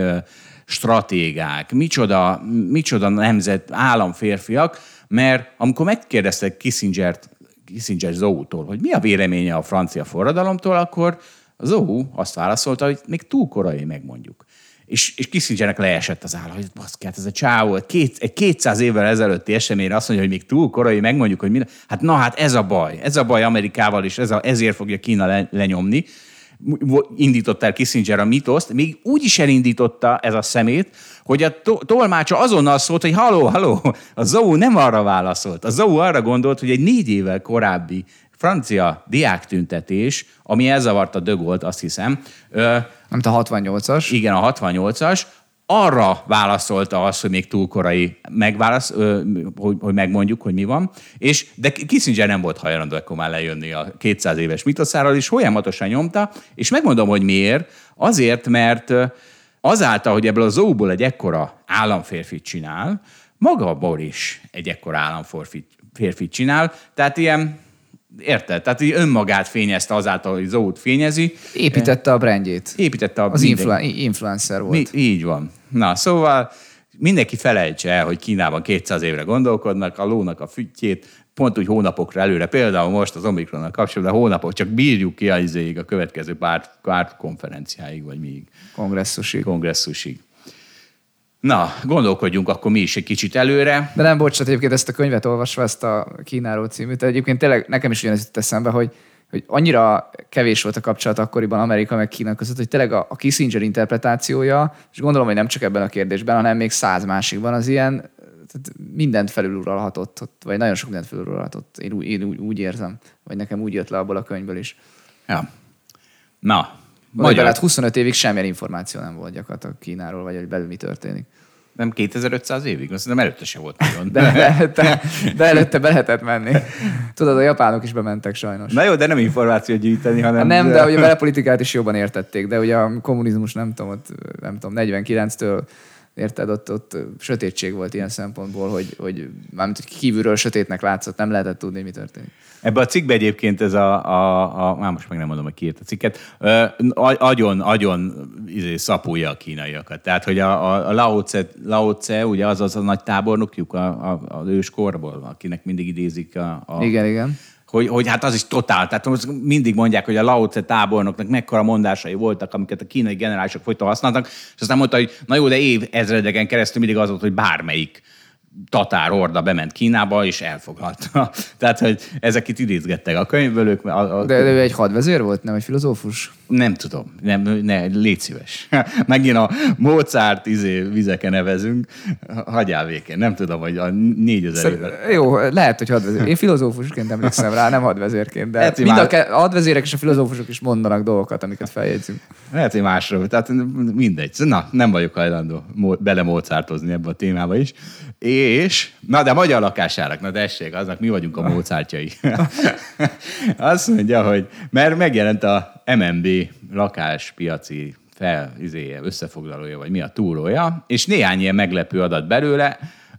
stratégák, micsoda nemzet, államférfiak, mert amikor megkérdeztek Kissinger Zhou-tól, hogy mi a véleménye a francia forradalomtól, akkor Zhou azt válaszolta, hogy még túl korai megmondjuk. És Kissingernek leesett az álla, hogy baszkát, ez a csávó, egy 200 évvel ezelőtti eseményre azt mondja, hogy még túl korai megmondjuk, hogy mi. Hát ez a baj Amerikával, és ezért fogja Kína lenyomni. Indította el Kissinger a mitoszt, még úgy is elindította ez a szemét, hogy a tolmácsa azonnal szólt, hogy halló, a Zhou nem arra válaszolt. A Zhou arra gondolt, hogy egy 4 évvel korábbi francia diáktüntetés, ami elzavarta de Gaulle-t, azt hiszem. Nem a 68-as. Igen, a 68-as. Arra válaszolta azt, hogy még túl korai hogy megmondjuk, hogy mi van. De Kissinger nem volt hajlandó ekkor már lejönni a 200 éves mitoszáról, és folyamatosan nyomta, és megmondom, hogy miért. Azért, mert azáltal, hogy ebből a Zhouból egy ekkora államférfit csinál, maga Boris egy ekkora államférfit csinál, tehát ilyen Érted? Tehát így önmagát fényezte azáltal, hogy Zoót fényezi. Építette a brandjét. Építette Az influencer volt. Így van. Na, szóval mindenki felejtse el, hogy Kínában 200 évre gondolkodnak, a lónak a füttyét, pont úgy hónapokra előre, például most az Omikronnal kapcsolatban hónapok, csak bírjuk ki a következő párt konferenciáig, vagy még kongresszusig. Na, gondolkodjunk akkor mi is egy kicsit előre. De nem, bocsánat, egyébként ezt a könyvet olvasva, ezt a Kínáról címűt, de egyébként tényleg nekem is ugyanez jut eszembe, hogy annyira kevés volt a kapcsolat akkoriban Amerika meg Kína között, hogy tényleg a Kissinger interpretációja, és gondolom, hogy nem csak ebben a kérdésben, hanem még 100 másikban az ilyen, tehát mindent felüluralhatott, vagy nagyon sok mindent felüluralhatott. Én úgy érzem, vagy nekem úgy jött le abból a könyvből is. Ja. Na, Magyar 25 évig semmilyen információ nem volt gyakorlatilag Kínáról, vagy hogy belül mi történik. Nem 2500 évig? Azt nem előtte se volt nagyon. De előtte be lehetett menni. Tudod, a japánok is bementek sajnos. Na jó, de nem információt gyűjteni, hanem... Nem, de ugye a belpolitikát is jobban értették, de ugye a kommunizmus nem tudom, 49-től érted, ott sötétség volt ilyen szempontból, hogy mármint hogy kívülről sötétnek látszott, nem lehetett tudni, mi történik. Ebben a cikkben egyébként ez már most meg nem mondom, hogy ki írt a cikket, agyon szapulja a kínaiakat. Tehát, hogy a Lao Tse, ugye az a nagy tábornokjuk az őskorból, akinek mindig idézik Igen. Hogy hát az is totál. Tehát mindig mondják, hogy a Lao Tse tábornoknak mekkora mondásai voltak, amiket a kínai generálisok folyton használtak, és aztán mondta, hogy na jó, de évezredeken keresztül mindig az volt, hogy bármelyik tatár horda bement Kínába, és elfoglalta. Tehát, hogy ezek itt idézgettek a könyvből. De ő egy hadvezér volt, nem egy filozófus? Nem tudom. Légy szíves. Megint a Mozart vizeken nevezünk. Hagyjál végén. Nem tudom, hogy a 4000 éve. Jó, lehet, hogy hadvezér. Én filozófusként emlékszem rá, nem hadvezérként. De a hadvezérek és a filozófusok is mondanak dolgokat, amiket feljegyzünk. Lehet, hogy másról. Tehát mindegy. Na, nem vagyok hajlandó bele Mozartozni ebbe a témába is. Na, de a magyar lakásárak, na tessék, aznak mi vagyunk a Mozartjai. Azt mondja, hogy mert megjelent a MNB lakáspiaci összefoglalója, vagy mi a túrója, és néhány ilyen meglepő adat belőle.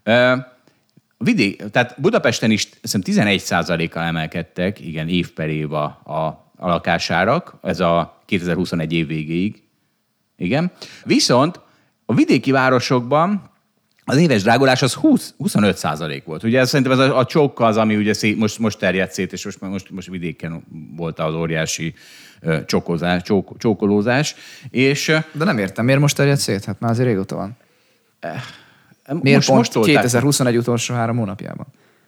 Tehát Budapesten is 11%-kal emelkedtek, igen, év per év a lakásárak, ez a 2021 év végéig. Igen. Viszont a vidéki városokban az éves drágulás az 25% volt. Ugye szerintem ez a csók az, ami ugye most terjedt szét, és most vidéken volt az óriási csókolózás. De nem értem, miért most terjedt szét? Hát már azért régóta van. Miért most 2021 utolsó 3 hónapjában?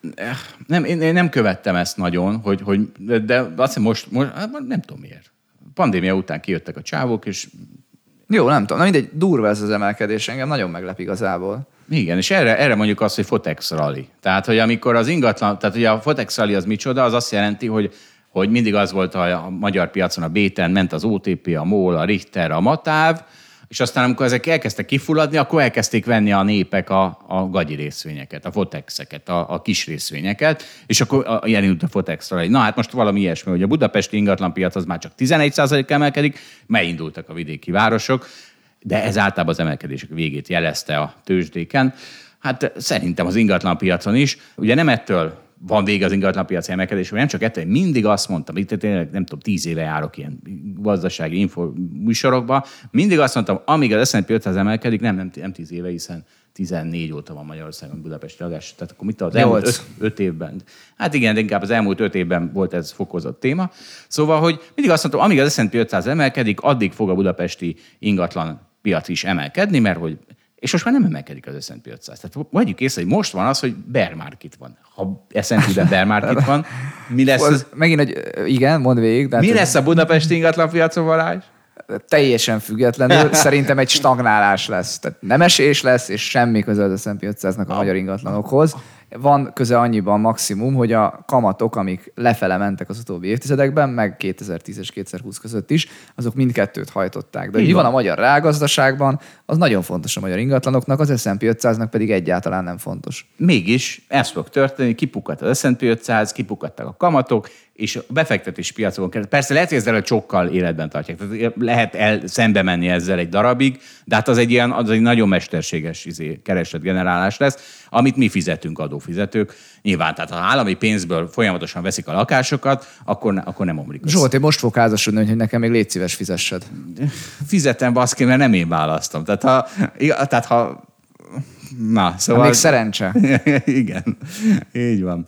Én nem követtem ezt nagyon, de azt hiszem most nem tudom miért. Pandémia után kijöttek a csávok, és... Jó, nem tudom. Na mindegy, durva ez az emelkedés, engem nagyon meglep igazából. Igen, és erre mondjuk azt, hogy Fotex Rally. Tehát, hogy amikor az ingatlan, tehát ugye a Fotex Rally az micsoda, az azt jelenti, hogy mindig az volt a magyar piacon, a B-ten ment az OTP, a MOL, a Richter, a Matáv, és aztán amikor ezek elkezdtek kifulladni, akkor elkezdték venni a népek a gagyi részvényeket, a Fotexeket, a kis részvényeket, és akkor elindult a Fotex Rally. Na hát most valami ilyesmi, hogy a budapesti ingatlanpiac az már csak 11% emelkedik, mert indultak a vidéki városok, de ez általában az emelkedések végét jelezte a tőzsdéken. Hát szerintem az ingatlanpiacon is. Ugye nem ettől van vége az ingatlanpiaci emelkedés, nem csak ettől, mindig azt mondtam, itt tényleg nem tudom, 10 éve járok ilyen gazdasági info műsorokba, mindig azt mondtam, amíg az S&P 500 emelkedik, nem 10 éve, hiszen 14 óta van Magyarországon budapesti lakás. Tehát akkor mit az elmúlt 5 évben? Hát igen, de inkább az elmúlt 5 évben volt ez fokozott téma. Szóval, hogy mindig azt mondtam, amíg az S&P 500 emelkedik, addig fog a budapesti ingatlan piac is emelkedni, mert hogy és most már nem emelkedik az S&P 500. Tehát vegyük észre, hogy most van az, hogy bear market van. Ha S&P-ben bear market van, mi lesz? Igen, mondd végig. Mi lesz a budapesti ingatlanpiacon, Balázs? Teljesen függetlenül szerintem egy stagnálás lesz. Tehát nem esés lesz, és semmi köze az S&P 500-nak a magyar ingatlanokhoz. Van köze annyiban maximum, hogy a kamatok, amik lefele mentek az utóbbi évtizedekben, meg 2010 és 2020 között is, azok mindkettőt hajtották. De mi van a magyar reálgazdaságban, az nagyon fontos a magyar ingatlanoknak, az S&P 500-nak pedig egyáltalán nem fontos. Mégis ez fog történni, kipukkadt az S&P 500, kipukkadtak a kamatok, és a befektetési piacokon kerül. Persze lehet, hogy ezzel a csokkal életben tartják. Tehát lehet szembe menni ezzel egy darabig, de hát az egy nagyon mesterséges keresletgenerálás lesz, amit mi fizetünk adófizetők. Nyilván, tehát ha állami pénzből folyamatosan veszik a lakásokat, akkor nem omlik. Zsolt, én most fog házasodni, hogy nekem még légy szíves fizessed. Fizetem, baszki, mert nem én választom. Tehát ha na, szóval... Még szerencse. Igen, így van.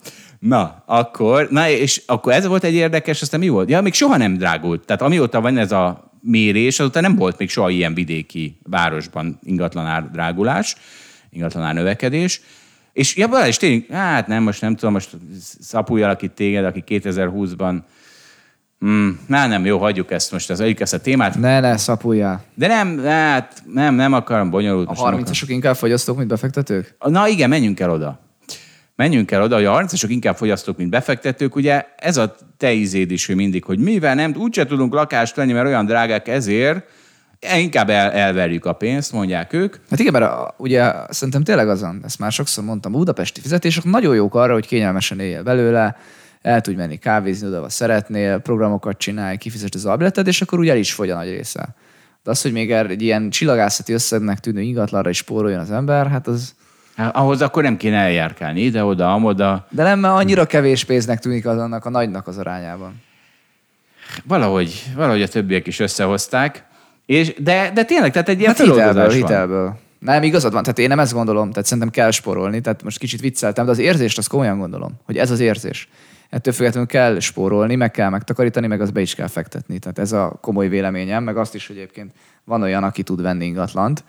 És akkor ez volt egy érdekes, aztán mi volt? Ja, még soha nem drágult. Tehát amióta van ez a mérés, azóta nem volt még soha ilyen vidéki városban ingatlanár drágulás, ingatlanár növekedés. És ja, bele is tényleg, hát most nem tudom, most szapuljal itt téged, aki 2020-ban nem, jó, hagyjuk ezt most, hagyjuk ezt a témát. Ne, szapuljál. De nem akarom bonyolult. A 30-asok inkább fogyasztók, mint befektetők? Na igen, menjünk el oda, hogy a 30-asok inkább fogyasztók, mint befektetők. Ugye ez a te ízéd is, hogy mindig, hogy mivel nem, úgyse tudunk lakást venni, mert olyan drágák, ezért inkább elverjük a pénzt, mondják ők. Hát igen, mert ugye szerintem tényleg azon, ezt már sokszor mondtam, a budapesti fizetések nagyon jók arra, hogy kényelmesen éljél belőle, el tudj menni kávézni oda, ha szeretnél, programokat csinálj, kifizesd az albilleted, és akkor úgy el is fogy a nagy része. De az, hogy még egy ilyen csillagászati összegnek tűnő ingatlanra is spóroljon az ember, hát az... Ahhoz akkor nem kéne eljárkálni ide-oda, amoda. De nem, mert annyira kevés pénznek tűnik annak a nagynak az arányában. Valahogy a többiek is összehozták. De tényleg, tehát egy ilyen feloldozás hitelből. Nem, igazad van, tehát én nem ezt gondolom, tehát szerintem kell spórolni, tehát most kicsit vicceltem, de az érzést azt komolyan gondolom, hogy ez az érzés. Ettől függetlenül kell spórolni, meg kell megtakarítani, meg azt be is kell fektetni. Tehát ez a komoly véleményem, meg azt is, hogy egyébként van olyan, aki tud venni ingatlant,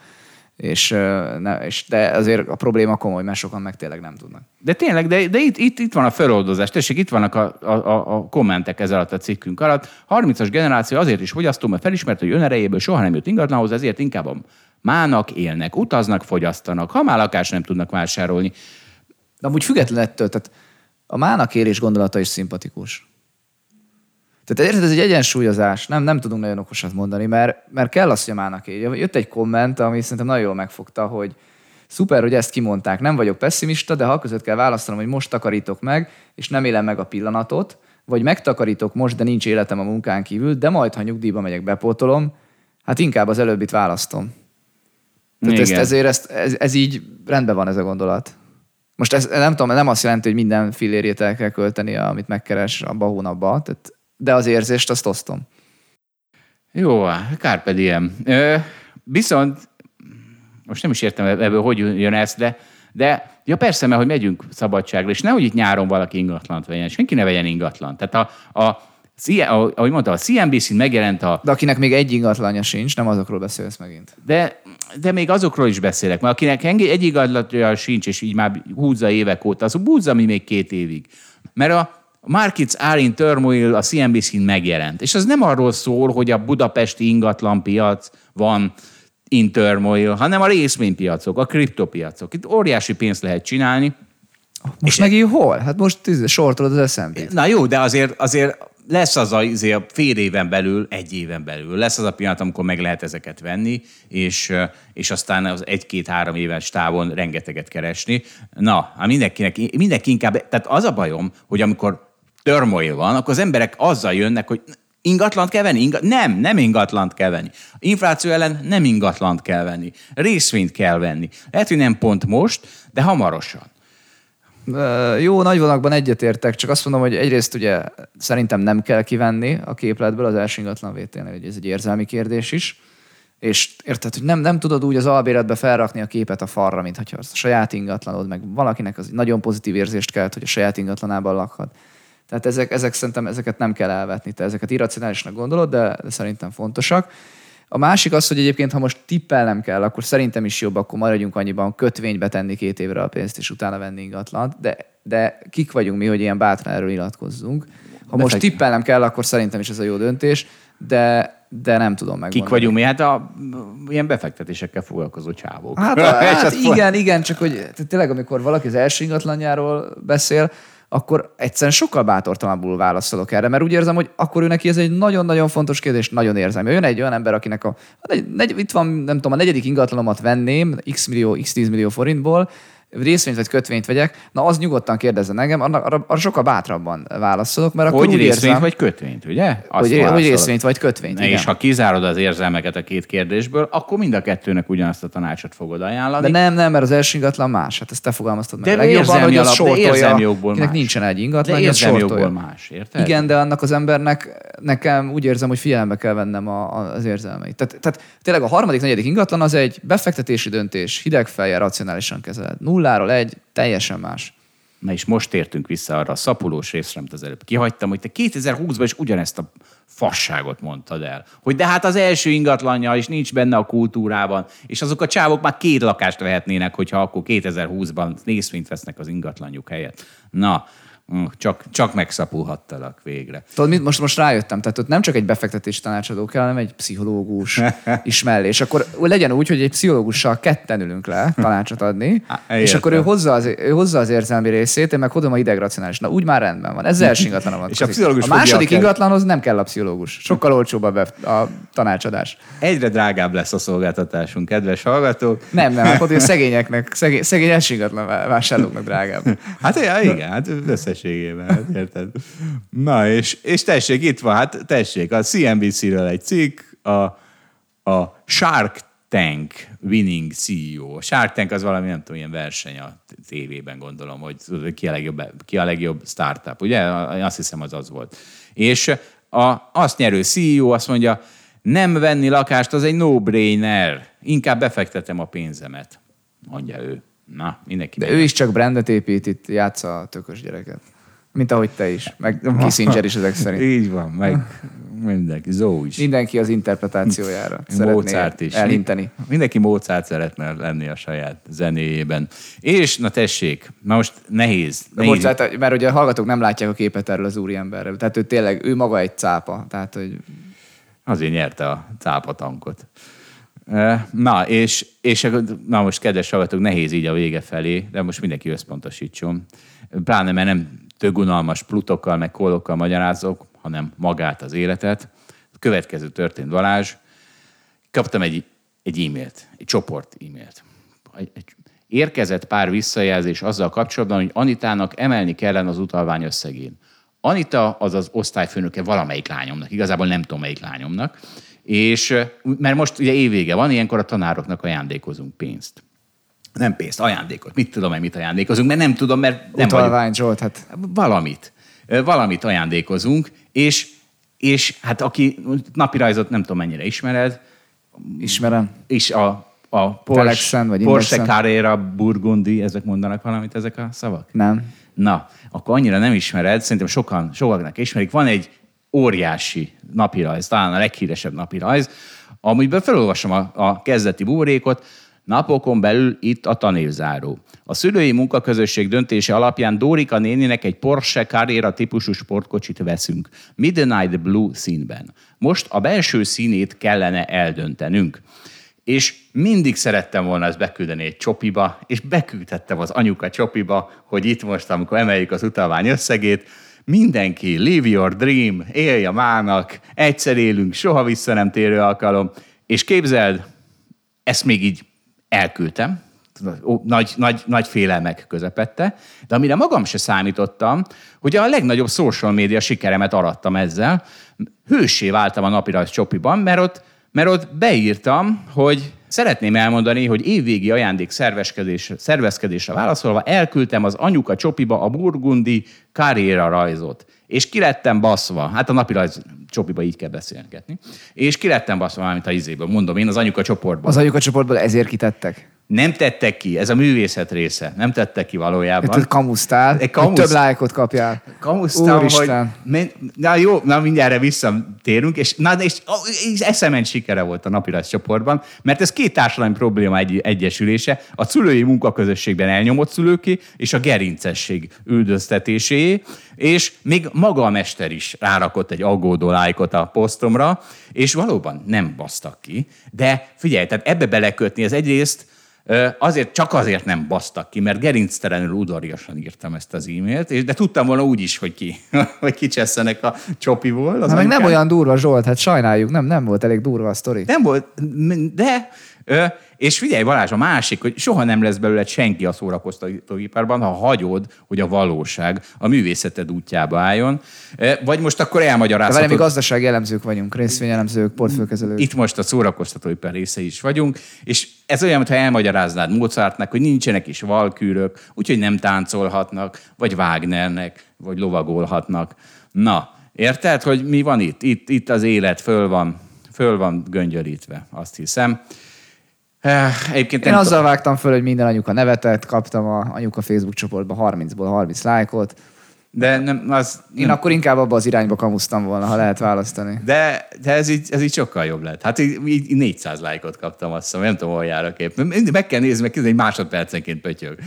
de azért a probléma komoly, mert sokan meg tényleg nem tudnak. De tényleg, de itt van a feloldozás. Tessék, itt vannak a kommentek ez alatt a cikkünk alatt. 30-as generáció azért is fogyasztó, mert felismert, hogy önerejéből soha nem jött ingatlanhoz, ezért inkább a mának élnek, utaznak, fogyasztanak, ha már lakást nem tudnak vásárolni. De amúgy független ettől, tehát a mának élés gondolata is szimpatikus. Tehát érted, ez egy egyensúlyozás, nem tudunk nagyon okosat mondani, mert kell az, hogy a mának élj. Jött egy komment, ami szerintem nagyon jól megfogta, hogy szuper, hogy ezt kimondták, nem vagyok pessimista, de ha között kell választanom, hogy most takarítok meg, és nem élem meg a pillanatot, vagy megtakarítok most, de nincs életem a munkán kívül, de majd, ha nyugdíjba megyek, bepótolom, hát inkább az előbbit választom. Tehát ez így rendben van ez a gondolat. Most ez nem tudom, nem azt jelenti, hogy minden fillérjét el kell költeni, amit megkeres abba a hónapba, de az érzést azt osztom. Jó, carpe diem. Viszont most nem is értem ebből, hogy jön ez, de ja persze, mert hogy megyünk szabadságra, és nehogy itt nyáron valaki ingatlant vegyen, senki ne vegyen ingatlant. Tehát ahogy mondtam, a CNBC-n megjelent De akinek még egy ingatlanja sincs, nem azokról beszélsz megint. De még azokról is beszélek, mert akinek egy ingatlanja sincs, és így már húzza évek óta, az húzza mi még 2 évig. Mert a Markets are in turmoil a CNBC-n megjelent. És az nem arról szól, hogy a budapesti ingatlanpiac van in turmoil, hanem a részvénypiacok, a kriptopiacok. Itt óriási pénzt lehet csinálni. Most megint hol? Hát most sortolod az S&P-t. Na jó, de azért lesz az azért fél éven belül, 1 éven belül, lesz az a pillanat, amikor meg lehet ezeket venni, és aztán az 1-2-3 éves távon rengeteget keresni. Na, mindenki inkább, tehát az a bajom, hogy amikor turmoil van, akkor az emberek azzal jönnek, hogy ingatlant kell venni? Nem ingatlant kell venni. Infláció ellen nem ingatlant kell venni. Részvényt kell venni. Lehet, hogy nem pont most, de hamarosan. Jó, nagy vonalakban egyetértek, csak azt mondom, hogy egyrészt ugye szerintem nem kell kivenni a képletből az első ingatlan vételnél, hogy ez egy érzelmi kérdés is, és érted, hogy nem tudod úgy az albéletbe felrakni a képet a falra, mint hogyha az a saját ingatlanod, meg valakinek az nagyon pozitív érzést kelt, hogy a saját ingatlanában lakhat. Tehát ezek szerintem ezeket nem kell elvetni, te ezeket irracionálisnak gondolod, de szerintem fontosak. A másik az, hogy egyébként, ha most tippelnem kell, akkor szerintem is jobb, akkor maradjunk annyiban kötvénybe tenni 2 évre a pénzt, és utána venni ingatlant, de kik vagyunk mi, hogy ilyen bátran erről nyilatkozzunk. Ha most tippelnem kell, akkor szerintem is ez a jó döntés, de nem tudom megmondani. Kik vagyunk mi? Hát ilyen befektetésekkel foglalkozó csávók. Hát igen, csak hogy tényleg, amikor valaki az első ingatlanjáról beszél, akkor egyszerűen sokkal bátortalanabbul válaszolok erre, mert úgy érzem, hogy akkor ő neki ez egy nagyon-nagyon fontos kérdés, nagyon érzem. Jön egy olyan ember, akinek itt van, nem tudom, a 4. ingatlanomat venném, x 10 millió forintból, részvényt vagy kötvényt vegyek, na az nyugodtan kérdezzen engem, arra sokkal bátrabban válaszolok, mert akkor hogy úgy részvényt érzem, vagy kötvényt, ugye? hogy részvényt vagy kötvényt. És ha kizárod az érzelmeket a két kérdésből, akkor mind a kettőnek ugyanazt a tanácsot fogod ajánlani. De nem, mert az első ingatlan más. Hát ezt te fogalmaztad meg. De legjobban, hogy az sortolja, kinek nincsen egy ingatlan, de az sortolja. más, érted? Igen, de annak az embernek nekem úgy érzem, hogy figyelembe kell vennem az érzelmeit. Tehát tényleg a harmadik, negyedik ingatlan az egy befektetési döntés, hideg fejjel, racionálisan kezeled. 0-ról 1, teljesen más. Na és most értünk vissza arra a szapulós részre, amit az előbb kihagytam, hogy te 2020-ban is ugyanezt a fasságot mondtad el. Hogy de hát az első ingatlanja is nincs benne a kultúrában, és azok a csávok már 2 lakást vehetnének, hogyha akkor 2020-ban részvényt vesznek az ingatlanjuk helyett. Na, csak megszapulhattalak végre. Tudod, most rájöttem, tehát ott nem csak egy befektetési tanácsadó kell, hanem egy pszichológus is mellé. És akkor legyen úgy, hogy egy pszichológussal ketten ülünk le tanácsot adni, és akkor ő hozza az érzelmi részét, én meg hozom a idegracionális. Na úgy már rendben van. Ez első ingatlanom van. A második ingatlanhoz nem kell a pszichológus. Sokkal olcsóbb a tanácsadás. Egyre drágább lesz a szolgáltatásunk, kedves hallgatók. Nem, hát a szegényeknek, szegény első ingatlan vásárlóknak drágább. Hát igen, hát összességében, érted? Na, és tessék, itt van, hát tessék, a CNBC-ről egy cikk, a Shark Tank winning CEO. A Shark Tank az valami, nem tudom, ilyen verseny a tévében, gondolom, hogy ki a legjobb startup, ugye? Azt hiszem, az volt. És azt nyerő CEO azt mondja, nem venni lakást, az egy no-brainer. Inkább befektetem a pénzemet, mondja ő. Na, mindenki. De ő is csak brandet épít, itt játsza a tökös gyereket. Mint ahogy te is. Meg Kissinger is ezek szerint. Így van, meg mindenki, Zoe is. Mindenki az interpretációjára Mozart is. Elhinteni. Mindenki Mozart szeretne lenni a saját zenéjében. És, na tessék, na most nehéz. Bocsánat, mert ugye a hallgatók nem látják a képet erről az úriemberről. Tehát ő maga egy cápa. Tehát, hogy... Azért nyerte a cápatankot. Na, és most kedves hallgatók, nehéz így a vége felé, de most mindenki összpontosítson. Pláne, mert nem tök unalmas plutokkal, meg kólokkal magyarázok, hanem magát, az életet. A következő történt, Balázs. Kaptam egy e-mailt, egy csoport e-mailt. Érkezett pár visszajelzés azzal kapcsolatban, hogy Anitának emelni kellene az utalvány összegén. Anita az az osztályfőnöke valamelyik lányomnak, igazából nem tudom melyik lányomnak, és mert most ugye évvége van, ilyenkor a tanároknak ajándékozunk pénzt. Nem pénzt, ajándékot. Mit tudom én, mit ajándékozunk, mert nem tudom, mert nem utalvány, Zsolt, hát. Valamit ajándékozunk, és hát aki napirajzot nem tudom mennyire ismered. Ismerem. És a Porsche Carrera Burgundy, ezek mondanak valamit, ezek a szavak? Nem. Na, akkor annyira nem ismered, szerintem sokaknak ismerik. Van egy óriási napirajz, talán a leghíresebb napirajz, amiben felolvasom a kezdeti buborékot, napokon belül itt a tanévzáró. A szülői munkaközösség döntése alapján Dórika néninek egy Porsche Carrera típusú sportkocsit veszünk. Midnight Blue színben. Most a belső színét kellene eldöntenünk. És mindig szerettem volna ezt beküldeni egy csopiba, és beküldhettem az anyuka csopiba, hogy itt most, amikor emeljük az utalvány összegét, mindenki, live your dream, élj a mának, egyszer élünk, soha vissza nem térő alkalom. És képzeld, ezt még így elküldtem, nagy félelmek közepette, de amire magam se számítottam, hogy a legnagyobb social media sikeremet arattam ezzel, hőssé váltam a napirajz csopiban, mert ott beírtam, hogy szeretném elmondani, hogy évvégi ajándék szervezkedésre válaszolva elküldtem az anyuka csopiba a Burgundi Carrera rajzot. És ki lettem baszva, hát a napirajz csopiba így kell beszélgetni, és ki lettem baszva, mármint a izéből, mondom én, az anyuka csoportból. Az anyuka csoportból ezért kitettek? Nem tettek ki, ez a művészet része. Nem tettek ki valójában. Hát, kamusztál, hogy több lájkot kapjál. Kamusztam, hogy... Na jó, mindjárt erre visszatérünk, és eszement sikere volt a napirajz csoportban, mert ez 2 társadalmi probléma egyesülése, a szülői munkaközösségben elnyomott szülőké, és a gerincesség üldöztetéséé, és még maga a mester is rárakott egy aggódó lájkot a posztomra, és valóban nem basztak ki, de figyelj, tehát ebbe belekötni, ez egyrészt azért nem basztak ki, mert gerinctelenül udvariasan írtam ezt az e-mailt, de tudtam volna úgy is, hogy kicsesszenek a csopiból. Meg nem olyan durva, Zsolt, hát sajnáljuk, nem volt elég durva a sztori. Nem volt, de És figyelj Balázs, a másik, hogy soha nem lesz belőle senki a szórakoztatóiparban, ha hagyod, hogy a valóság a művészeted útjába álljon. Vagy most akkor elmagyarázhatod. De mi gazdasági elemzők vagyunk, részvényelemzők, portfőkezelők. Itt most a szórakoztatóipar része is vagyunk, és ez olyan, mintha elmagyaráznád Mozartnak, hogy nincsenek is valkűrök, úgyhogy nem táncolhatnak, vagy Wagnernek, vagy lovagolhatnak. Na, érted, hogy mi van itt? Itt az élet föl van göngyölítve, azt hiszem. Egyébként én azzal vágtam föl, hogy minden anyuka nevetett, kaptam a anyuka Facebook csoportba 30-ból 30 lájkot. De nem, az én nem... akkor inkább abba az irányba kamusztam volna, ha lehet választani. De ez így sokkal jobb lett. Hát így 400 lájkot kaptam, azt hiszem, nem tudom, hol jár a kép. Meg kell nézni, meg egy másodpercenként pötyög.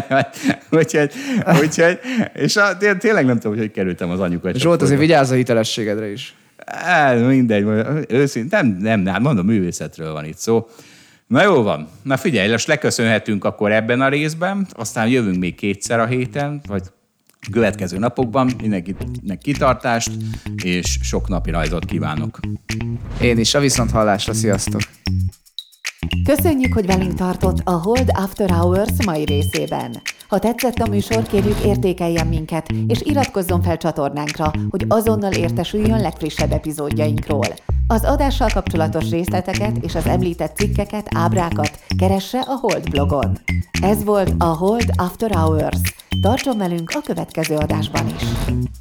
úgyhogy és tényleg nem tudom, hogy kerültem az anyukat. Zsolt, azért vigyázz a hitelességedre is. Mindegy, őszintén, nem, mondom, művészetről van itt szó. Na jó van. Na figyelj, most leköszönhetünk akkor ebben a részben, aztán jövünk még kétszer a héten, vagy következő napokban. Mindenkinek kitartást, és sok napi rajzot kívánok. Én is, a viszonthallásra, sziasztok! Köszönjük, hogy velünk tartott a Hold After Hours mai részében. Ha tetszett a műsor, kérjük értékeljen minket, és iratkozzon fel csatornánkra, hogy azonnal értesüljön legfrissebb epizódjainkról. Az adással kapcsolatos részleteket és az említett cikkeket, ábrákat keresse a Hold blogon. Ez volt a Hold After Hours. Tartson velünk a következő adásban is!